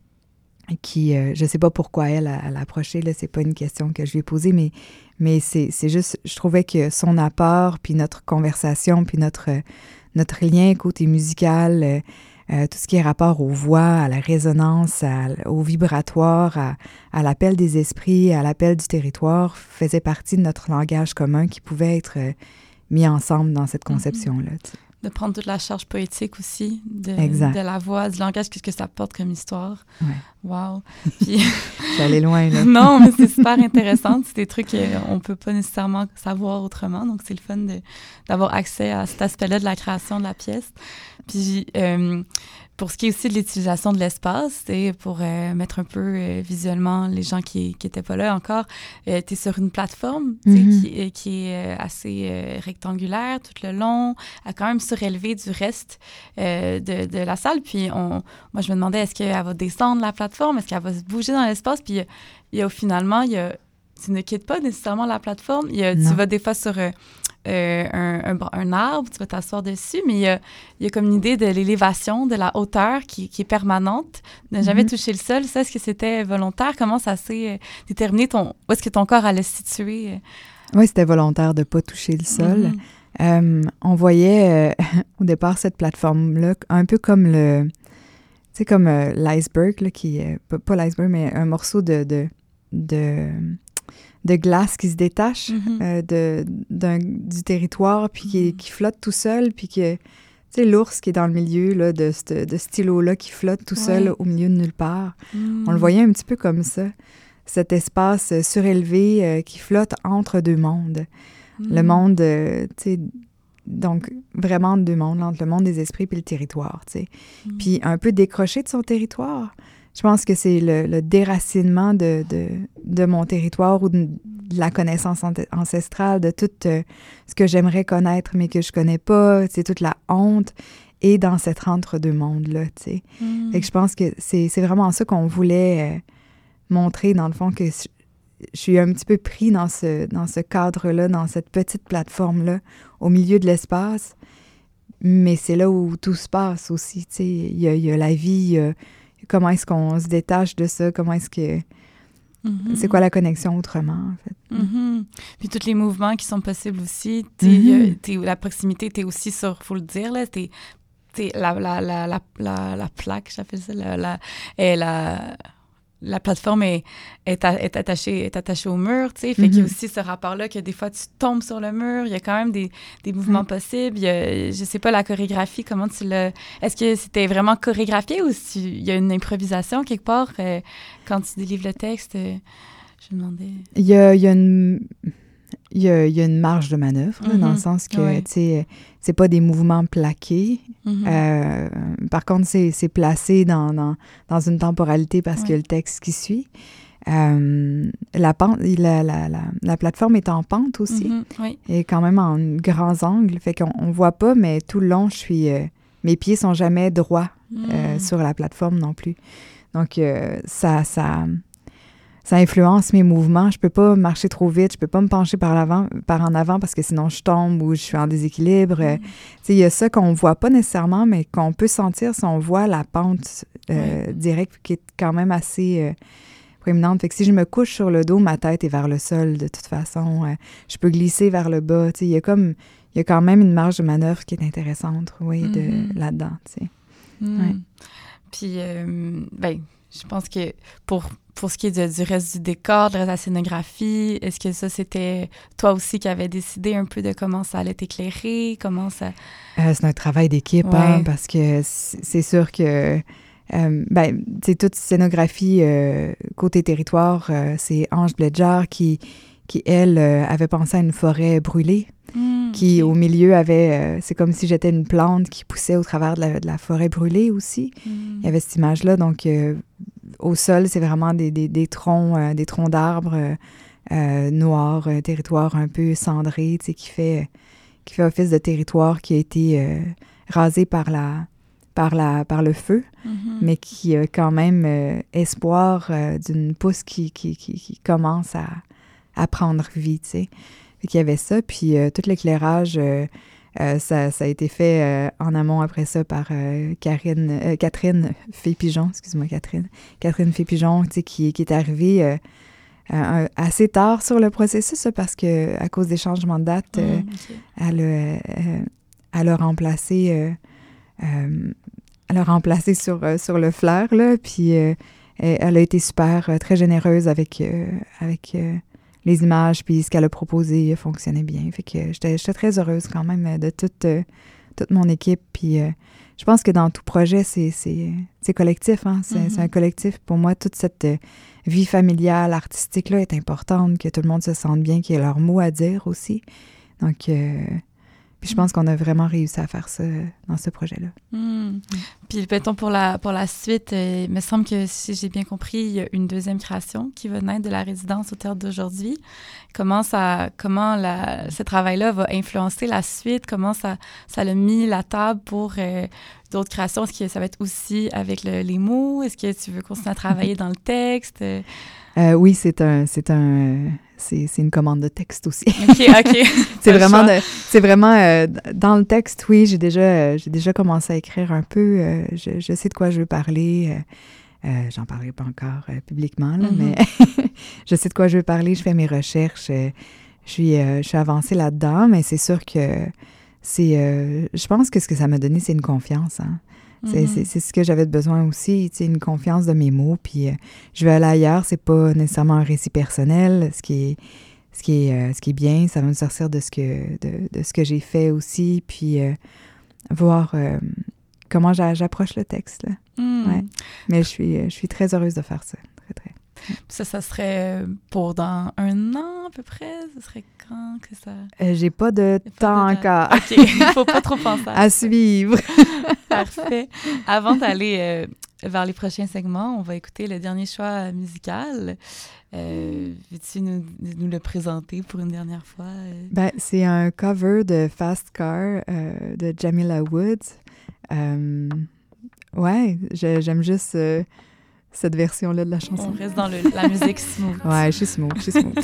qui, euh, je sais pas pourquoi elle a, a approché, là, c'est pas une question que je lui ai posée, mais, mais c'est, c'est juste, je trouvais que son apport, puis notre conversation, puis notre, notre lien côté musical, euh, euh, tout ce qui est rapport aux voix, à la résonance, à, au vibratoire, à, à l'appel des esprits, à l'appel du territoire, faisait partie de notre langage commun qui pouvait être euh, mis ensemble dans cette conception-là. Tu sais. De prendre toute la charge poétique aussi, de, de la voix, du langage, qu'est-ce que ça porte comme histoire. Ouais. Wow! Puis... J'allais loin, là. Non, mais c'est super intéressant. C'est des trucs qu'on ne peut pas nécessairement savoir autrement. Donc, c'est le fun de, d'avoir accès à cet aspect-là de la création de la pièce. Puis, euh, pour ce qui est aussi de l'utilisation de l'espace, c'est pour euh, mettre un peu euh, visuellement les gens qui n'étaient pas là encore, euh, tu es sur une plateforme mm-hmm. qui, qui est euh, assez euh, rectangulaire tout le long, à quand même surélevé du reste euh, de, de la salle. Puis, on, moi, je me demandais, est-ce qu'elle va descendre la plateforme? Est-ce qu'elle va se bouger dans l'espace? Puis, il y a, finalement, il y a, tu ne quittes pas nécessairement la plateforme. Il y a, tu vas des fois sur... Euh, Euh, un, un, un arbre, tu vas t'asseoir dessus, mais il y a, il y a comme une idée de l'élévation, de la hauteur qui, qui est permanente, de ne jamais mm-hmm. toucher le sol. Ça, est-ce que c'était volontaire? Comment ça s'est euh, déterminé? Ton, où est-ce que ton corps allait se situer? Oui, c'était volontaire de ne pas toucher le sol. Mm-hmm. Euh, on voyait euh, au départ cette plateforme-là un peu comme le... Tu sais, comme euh, l'iceberg, là, qui... Euh, pas, pas l'iceberg, mais un morceau de... de, de de glace qui se détache mm-hmm. euh, de, d'un, du territoire, puis qui, mm-hmm. qui flotte tout seul, puis que, tu sais, l'ours qui est dans le milieu là, de, ce, de cet îlot-là qui flotte tout seul ouais. au milieu de nulle part. Mm. On le voyait un petit peu comme ça, cet espace euh, surélevé euh, qui flotte entre deux mondes. Mm. Le monde, euh, tu sais, donc vraiment deux mondes, entre le monde des esprits puis le territoire, tu sais. Mm. Puis un peu décroché de son territoire. Je pense que c'est le, le déracinement de, de, de mon territoire ou de, de la connaissance ancestrale, de tout euh, ce que j'aimerais connaître mais que je connais pas, c'est toute la honte, et dans cet entre-deux-mondes-là, tu sais. Mm. Fait que je pense que c'est, c'est vraiment ça qu'on voulait euh, montrer, dans le fond, que je, je suis un petit peu pris dans ce, dans ce cadre-là, dans cette petite plateforme-là, au milieu de l'espace, mais c'est là où tout se passe aussi, tu sais. Il y a, il y a la vie, il y a, comment est-ce qu'on se détache de ça, comment est-ce que... Mm-hmm. C'est quoi la connexion autrement, en fait? Mm-hmm. Puis tous les mouvements qui sont possibles aussi. Mm-hmm. T'es, la proximité, t'es aussi sur, faut le dire, là, t'es, t'es la, la, la, la, la, la plaque, j'appelle ça, la, la, et la, la plateforme est, est, a, est, attachée, est attachée au mur, tu sais. Fait mm-hmm. qu'il y a aussi ce rapport-là que des fois, tu tombes sur le mur. Il y a quand même des, des mouvements mm-hmm. possibles. Il y a, je sais pas, la chorégraphie, comment tu l'as... Est-ce que c'était vraiment chorégraphié ou si, il y a une improvisation quelque part euh, quand tu délivres le texte? Euh, je me demandais... Il y a, il y a une... Il y, a, il y a une marge de manœuvre, là, mm-hmm. dans le sens que, ouais. tu sais, c'est pas des mouvements plaqués. Mm-hmm. Euh, par contre, c'est, c'est placé dans, dans, dans une temporalité parce ouais. qu'il y a le texte qui suit. Euh, la, pente, la, la, la, la plateforme est en pente aussi. Mm-hmm. Oui. Et quand même en grands angles. Fait qu'on on voit pas, mais tout le long, je suis... Euh, mes pieds sont jamais droits mm. euh, sur la plateforme non plus. Donc, euh, ça... ça Ça influence mes mouvements. Je peux pas marcher trop vite, je peux pas me pencher par l'avant, par en avant parce que sinon je tombe ou je suis en déséquilibre. Mm. Tu sais, il y a ça qu'on voit pas nécessairement, mais qu'on peut sentir si on voit la pente euh, oui. directe qui est quand même assez euh, proéminente. Fait que si je me couche sur le dos, ma tête est vers le sol de toute façon. Euh, je peux glisser vers le bas. Tu sais, il y a comme, il y a quand même une marge de manœuvre qui est intéressante, oui, de mm-hmm. là-dedans. Tu sais. Mm. Ouais. Puis, euh, ben, je pense que pour Pour ce qui est de, du reste du décor, de la scénographie, est-ce que ça, c'était toi aussi qui avais décidé un peu de comment ça allait t'éclairer? Comment ça... Euh, c'est un travail d'équipe, ouais. hein, parce que c'est sûr que... Euh, ben, tu sais, toute scénographie euh, côté territoire, euh, c'est Ange Bledjar qui, qui elle, euh, avait pensé à une forêt brûlée, mmh, qui, okay. au milieu, avait... Euh, c'est comme si j'étais une plante qui poussait au travers de la, de la forêt brûlée aussi. Mmh. Il y avait cette image-là, donc... Euh, au sol, c'est vraiment des, des, des troncs, euh, des troncs d'arbres euh, euh, noirs, un territoire un peu cendré, tu sais, qui fait, qui fait office de territoire qui a été euh, rasé par, la, par, la, par le feu, mm-hmm. mais qui a quand même euh, espoir euh, d'une pousse qui, qui, qui, qui commence à, à prendre vie, tu sais. Fait qu'il y avait ça, puis euh, tout l'éclairage... Euh, Euh, ça, ça a été fait euh, en amont après ça par euh, Karine, euh, Catherine Fay-Pigeon, excuse-moi Catherine, Catherine Fay-Pigeon, tu sais, qui, qui est arrivée euh, euh, assez tard sur le processus parce que à cause des changements de date, euh, mmh, okay. elle, euh, elle a remplacé, euh, euh, elle a remplacé sur euh, sur le flair là, puis euh, elle a été super, euh, très généreuse avec euh, avec euh, les images, puis ce qu'elle a proposé fonctionnait bien. Fait que j'étais, j'étais très heureuse quand même de toute, euh, toute mon équipe. Puis euh, je pense que dans tout projet, c'est, c'est, c'est collectif. Hein? C'est, mm-hmm. c'est un collectif. Pour moi, toute cette euh, vie familiale, artistique-là est importante, que tout le monde se sente bien, qu'il y ait leur mot à dire aussi. Donc, euh, puis je pense qu'on a vraiment réussi à faire ça dans ce projet-là. Mm. Puis, mettons, pour la, pour la suite, euh, il me semble que, si j'ai bien compris, il y a une deuxième création qui va naître de la résidence au Théâtre d'aujourd'hui. Comment, ça, comment la, ce travail-là va influencer la suite? Comment ça, ça l'a mis la table pour euh, d'autres créations? Est-ce que ça va être aussi avec le, les mots? Est-ce que tu veux continuer à travailler dans le texte? Euh, oui, c'est un, c'est un, c'est, c'est une commande de texte aussi. Ok, ok. c'est, vraiment de, c'est vraiment euh, dans le texte. Oui, j'ai déjà, euh, j'ai déjà commencé à écrire un peu. Euh, je, je sais de quoi je veux parler. Euh, euh, j'en parlerai pas encore euh, publiquement, là, mm-hmm. mais je sais de quoi je veux parler. Je fais mes recherches. Euh, je suis, euh, je suis avancée là-dedans, mais c'est sûr que c'est. Euh, je pense que ce que ça m'a donné, c'est une confiance. Hein. C'est, c'est, c'est ce que j'avais besoin aussi, tu sais, une confiance de mes mots. Puis euh, je vais aller ailleurs, c'est pas nécessairement un récit personnel. Ce qui est, ce qui est, euh, ce qui est bien, ça va me sortir de ce que, de, de ce que j'ai fait aussi. Puis euh, voir euh, comment j'a, j'approche le texte. Là. Mm. Ouais. Mais je suis, je suis très heureuse de faire ça. Très, très. Ça, ça serait pour dans un an à peu près? Ce serait quand que ça... Euh, j'ai pas de temps pas de encore. OK, il faut pas trop penser à, à suivre. Parfait. Avant d'aller euh, vers les prochains segments, on va écouter le dernier choix musical. Euh, veux-tu nous, nous le présenter pour une dernière fois? Ben, c'est un cover de Fast Car euh, de Jamila Woods. Euh, ouais, je, j'aime juste euh, cette version-là de la chanson. On reste dans le, la musique smooth. Ouais, je suis smooth, je suis smooth.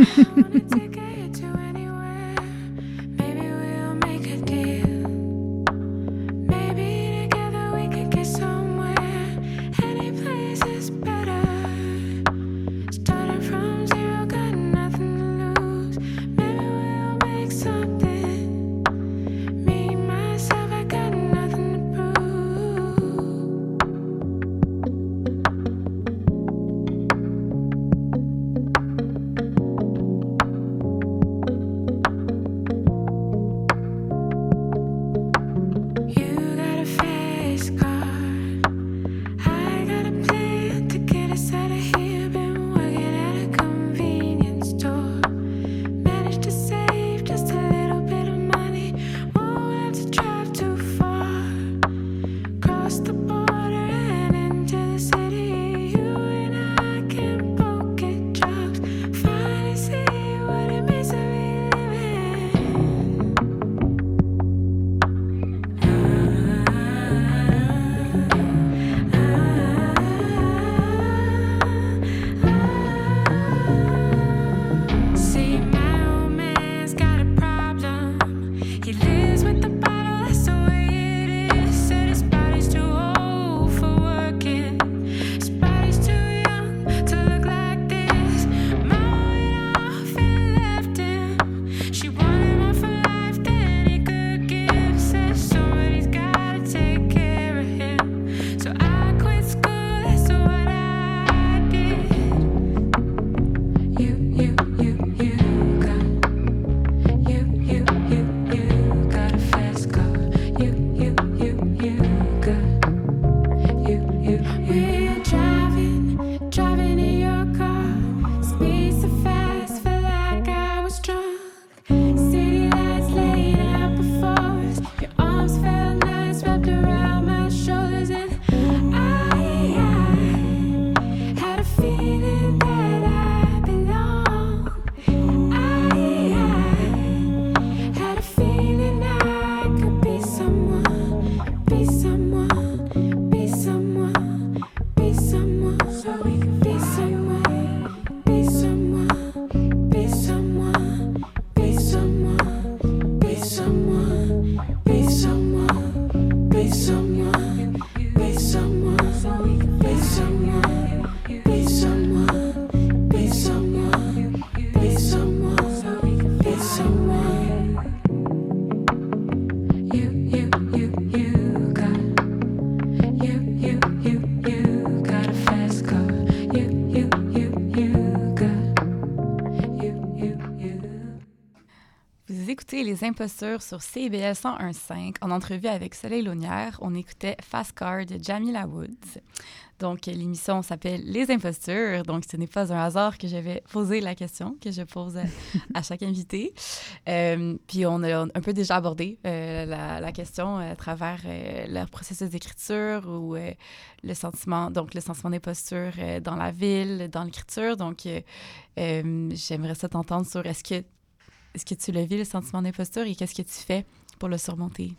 Les Impostures sur C B L cent un virgule cinq. En entrevue avec Soleil Launière, on écoutait Fast Car de Jamila Woods. Donc, l'émission s'appelle Les Impostures. Donc, ce n'est pas un hasard que j'avais posé la question que je pose à, à chaque invité. Euh, puis, on a un peu déjà abordé euh, la, la question à travers euh, leur processus d'écriture ou euh, le sentiment, donc le sentiment d'imposture euh, dans la ville, dans l'écriture. Donc, euh, euh, j'aimerais ça t'entendre sur est-ce que Est-ce que tu le vis, le sentiment d'imposture, et qu'est-ce que tu fais pour le surmonter?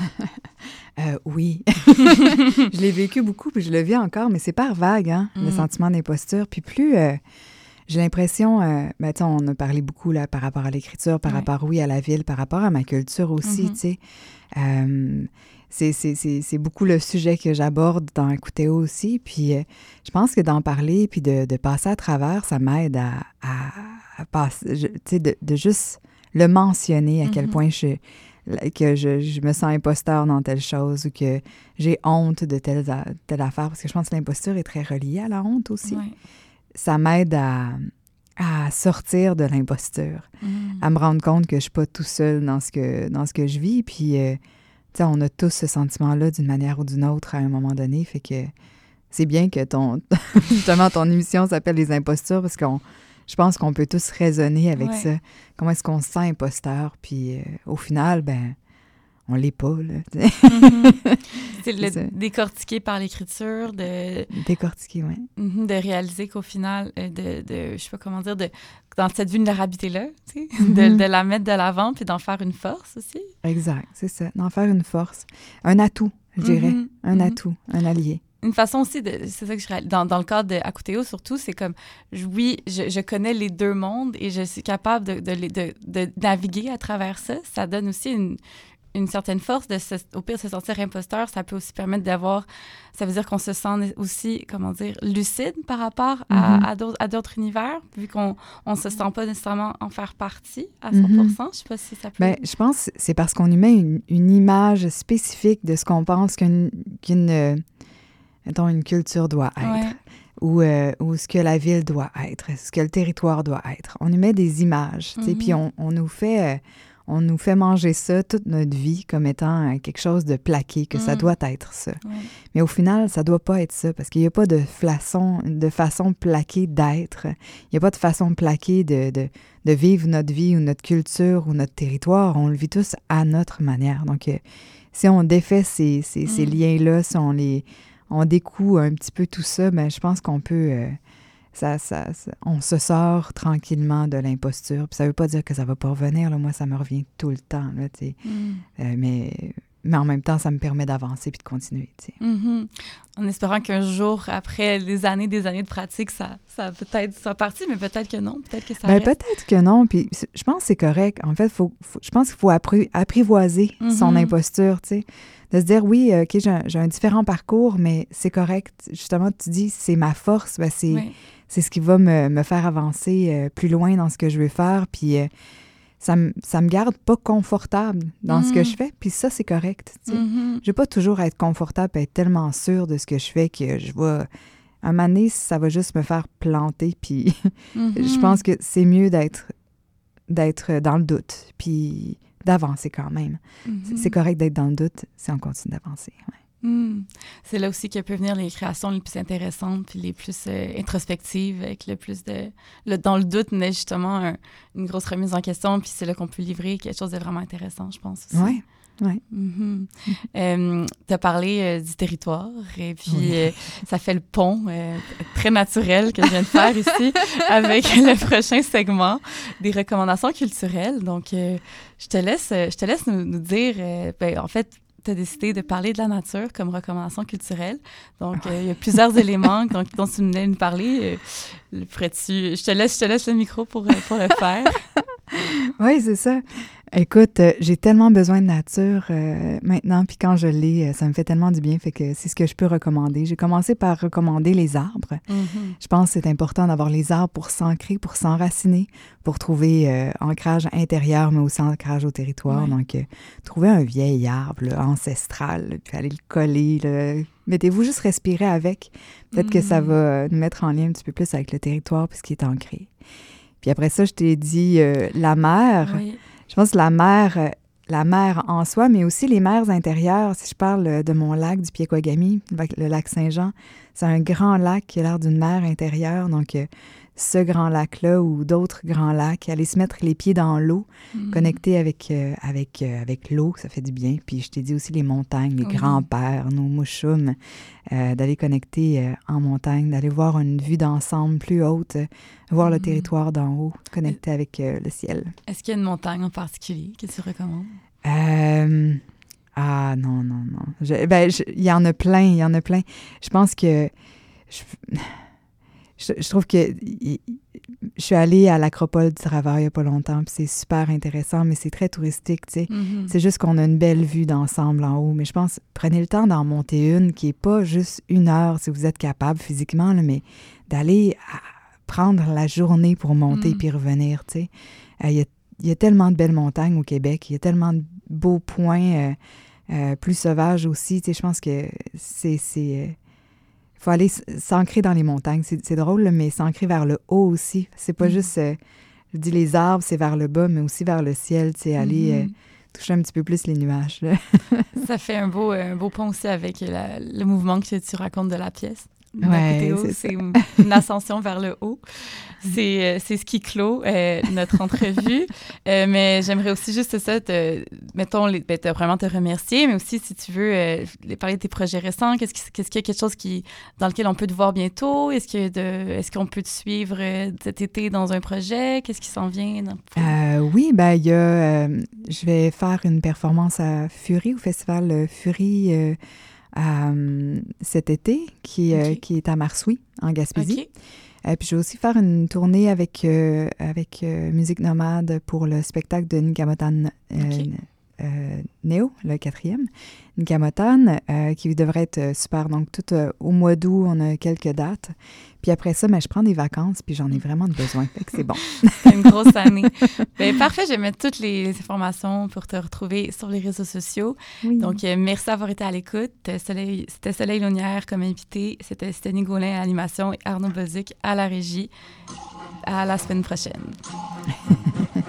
euh, oui. Je l'ai vécu beaucoup, puis je le vis encore, mais c'est par vague, hein, mm. le sentiment d'imposture. Puis plus, euh, j'ai l'impression, euh, ben, on a parlé beaucoup là, par rapport à l'écriture, par ouais. rapport, oui, à la ville, par rapport à ma culture aussi, mm-hmm. tu sais. Euh, c'est, c'est, c'est, c'est beaucoup le sujet que j'aborde dans Écoutez-o aussi. Puis euh, je pense que d'en parler, puis de, de passer à travers, ça m'aide à... à à passer, je, tu sais, de, de juste le mentionner à quel mm-hmm. point je, que je, je me sens imposteur dans telle chose ou que j'ai honte de telle, telle affaire, parce que je pense que l'imposture est très reliée à la honte aussi. Ouais. Ça m'aide à, à sortir de l'imposture, mm. à me rendre compte que je ne suis pas tout seul dans ce que, dans ce que je vis. Puis, euh, tu sais, on a tous ce sentiment-là d'une manière ou d'une autre à un moment donné. Fait que c'est bien que ton, justement, ton émission s'appelle Les Impostures, parce qu'on je pense qu'on peut tous raisonner avec ouais. ça. Comment est-ce qu'on se sent imposteur? Puis euh, au final, ben, on l'est pas, là. Mm-hmm. C'est le C'est ça. décortiquer par l'écriture, de, Décortiquer, oui. mhm, de réaliser qu'au final, euh, de, de, je sais pas comment dire, de, dans cette vulnérabilité-là, tu sais, de, Mhm. de la mettre de l'avant puis d'en faire une force aussi. Exact, c'est ça. D'en faire une force. Un atout, je dirais. Mhm, Un mhm. atout, un allié. Une façon aussi, de, c'est ça que je réalise, dans, dans le cadre de Akuteo surtout, c'est comme, je- oui, je, je connais les deux mondes et je suis capable de, de, les- de, de naviguer à travers ça. Ça donne aussi une, une certaine force de se, au pire, se sentir imposteur. Ça peut aussi permettre d'avoir, ça veut dire qu'on se sent aussi, comment dire, lucide par rapport à, Mhm. à, d'autres, à d'autres univers, vu qu'on ne se sent pas nécessairement en faire partie à cent pour cent. Mhm. Je sais pas si ça peut... Ben, je pense que c'est parce qu'on y met une, une image spécifique de ce qu'on pense qu'une, qu'une, euh, mettons, une culture doit être. Ouais. Ou, euh, ou ce que la ville doit être, ce que le territoire doit être. On y met des images, tu sais, Mhm. puis on, on nous fait... euh, on nous fait manger ça toute notre vie comme étant euh, quelque chose de plaqué, que ça Mhm. doit être ça. Ouais. Mais au final, ça doit pas être ça, parce qu'il n'y a pas de façon, de façon plaquée d'être. Il n'y a pas de façon plaquée de, de, de vivre notre vie ou notre culture ou notre territoire. On le vit tous à notre manière. Donc, euh, si on défait ces, ces, ces Mm. liens-là, si on les on découd un petit peu tout ça, ben, je pense qu'on peut... euh, ça, ça, ça- on se sort tranquillement de l'imposture. Puis ça veut pas dire que ça va pas revenir. Là. Moi, ça me revient tout le temps. Là, tu sais. Mm. Euh, mais, mais en même temps, ça me permet d'avancer puis de continuer. Tu sais. Mhm. En espérant qu'un jour, après des années, des années de pratique, ça, ça peut-être soit parti, mais peut-être que non, peut-être que ça Ben, reste. peut-être que non. Puis c- je pense que c'est correct. En fait, faut, faut- je pense qu'il faut appri- apprivoiser son Mhm. imposture. Tu sais. De se dire, oui, OK, j'ai un, j'ai un différent parcours, mais c'est correct. Justement, tu dis, c'est ma force. Ben, c'est, Oui. c'est ce qui va me, me faire avancer euh, plus loin dans ce que je veux faire. Puis euh, ça, me- ça me garde pas confortable dans ce que Mm. je fais. Puis ça, c'est correct. Tu sais. Mhm. Je vais pas toujours être confortable et être tellement sûre de ce que je fais que je vais... À un moment donné, ça va juste me faire planter. Puis Mhm. je pense que c'est mieux d'être, d'être dans le doute, puis d'avancer quand même. Mhm. C'est- C'est correct d'être dans le doute si on continue d'avancer. Ouais. Mm. C'est là aussi que peuvent venir les créations les plus intéressantes puis les plus euh, introspectives, avec le plus de... Le, dans le doute, naît justement un- une grosse remise en question, puis c'est là qu'on peut livrer quelque chose de vraiment intéressant, je pense aussi. Ouais, ouais. Mhm. Euh, tu as parlé euh, du territoire, et puis Oui. euh, ça fait le pont euh, très naturel que je viens de faire ici avec le prochain segment des recommandations culturelles. Donc, euh, je te laisse, je te laisse nous, nous dire, euh, ben, en fait, tu as décidé de parler de la nature comme recommandation culturelle. Donc, euh, il y a plusieurs éléments donc, dont tu venais nous parler. Euh, le ferais-tu... Je te laisse, je te laisse le micro pour, euh, pour le faire. Oui, c'est ça. Écoute, euh, j'ai tellement besoin de nature euh, maintenant, puis quand je l'ai, euh, ça me fait tellement du bien, fait que c'est ce que je peux recommander. J'ai commencé par recommander les arbres. Mhm. Je pense que c'est important d'avoir les arbres pour s'ancrer, pour s'enraciner, pour trouver euh, ancrage intérieur, mais aussi ancrage au territoire. Ouais. Donc, euh, trouver un vieil arbre là, ancestral, là, puis aller le coller. Là. Mettez-vous juste respirer avec. Peut-être que ça Mhm. va euh, nous mettre en lien un petit peu plus avec le territoire, puis ce qui est ancré. Puis après ça, je t'ai dit euh, la mer. Oui. Je pense que la mer, euh, la mer en soi, mais aussi les mers intérieures. Si je parle euh, de mon lac du Piéquagami, le lac- le lac Saint-Jean, c'est un grand lac qui a l'air d'une mer intérieure. Donc, euh, ce grand lac-là ou d'autres grands lacs, aller se mettre les pieds dans l'eau, Mhm. connecter avec, euh, avec, euh, avec l'eau, ça fait du bien. Puis je t'ai dit aussi les montagnes, les Oui. grands-pères, nos mouchoums, euh, d'aller connecter euh, en montagne, d'aller voir une vue d'ensemble plus haute, euh, voir le Mhm. territoire d'en haut, connecter avec euh, le ciel. Est-ce qu'il y a une montagne en particulier que tu recommandes? Euh, ah non, non, non. Je- ben, je- il y en a plein, il y en a plein. Je pense que... Je, je, je trouve que... il- je suis allée à l'Acropole du Travers il n'y a pas longtemps, puis c'est super intéressant, mais c'est très touristique, tu sais. Mhm. C'est juste qu'on a une belle vue d'ensemble en haut. Mais je pense, prenez le temps d'en monter une qui n'est pas juste une heure si vous êtes capable physiquement, là, mais d'aller à- prendre la journée pour monter Mm. puis revenir, tu sais. Euh, Il y a, il y a tellement de belles montagnes au Québec. Il y a tellement de beaux points euh, euh, plus sauvages aussi. Tu sais, je pense que c'est... c'est euh, faut aller s- s'ancrer dans les montagnes. C'est c'est drôle, là, mais s'ancrer vers le haut aussi. C'est pas Mm. juste... euh, je dis les arbres, c'est vers le bas, mais aussi vers le ciel, tu sais, aller... euh, Mhm. toucher un petit peu plus les nuages. Là. Ça fait un beau, un beau pont aussi avec la- le mouvement que tu racontes de la pièce. Ouais, Nakuteo, c'est c'est une ascension vers le haut. C'est, euh, c'est ce qui clôt euh, notre entrevue. Euh, mais j'aimerais aussi juste ça, te, mettons, les, ben, te, vraiment te remercier, mais aussi, si tu veux, euh, parler de tes projets récents. Qu'est-ce, qui, qu'est-ce qu'il y a quelque chose qui, dans lequel on peut te voir bientôt? Est-ce, que de, est-ce qu'on peut te suivre euh, cet été dans un projet? Qu'est-ce qui s'en vient? Dans... Euh, oui, ben il y a... Euh, je vais faire une performance à Fury, au festival euh, Fury euh, à, euh, cet été, qui, euh, Okay. qui est à Marsouis, en Gaspésie. OK. Euh, puis je vais aussi faire une tournée avec, euh, avec euh, Musique Nomade pour le spectacle de Nkamotan euh, Ok. euh, Néo, le quatrième. Nkamotan, euh, qui devrait être euh, super. Donc, tout euh, au mois d'août, on a quelques dates. Puis après ça, ben, je prends des vacances, puis j'en ai vraiment de besoin. Fait que c'est bon. C'est une grosse année. Ben, parfait, je vais mettre toutes les, les informations pour te retrouver sur les réseaux sociaux. Oui. Donc, euh, merci d'avoir été à l'écoute. Soleil, c'était Soleil Launière comme invité. C'était Stéphanie Gaulin à l'animation et Arnaud Bozic à la régie. À la semaine prochaine.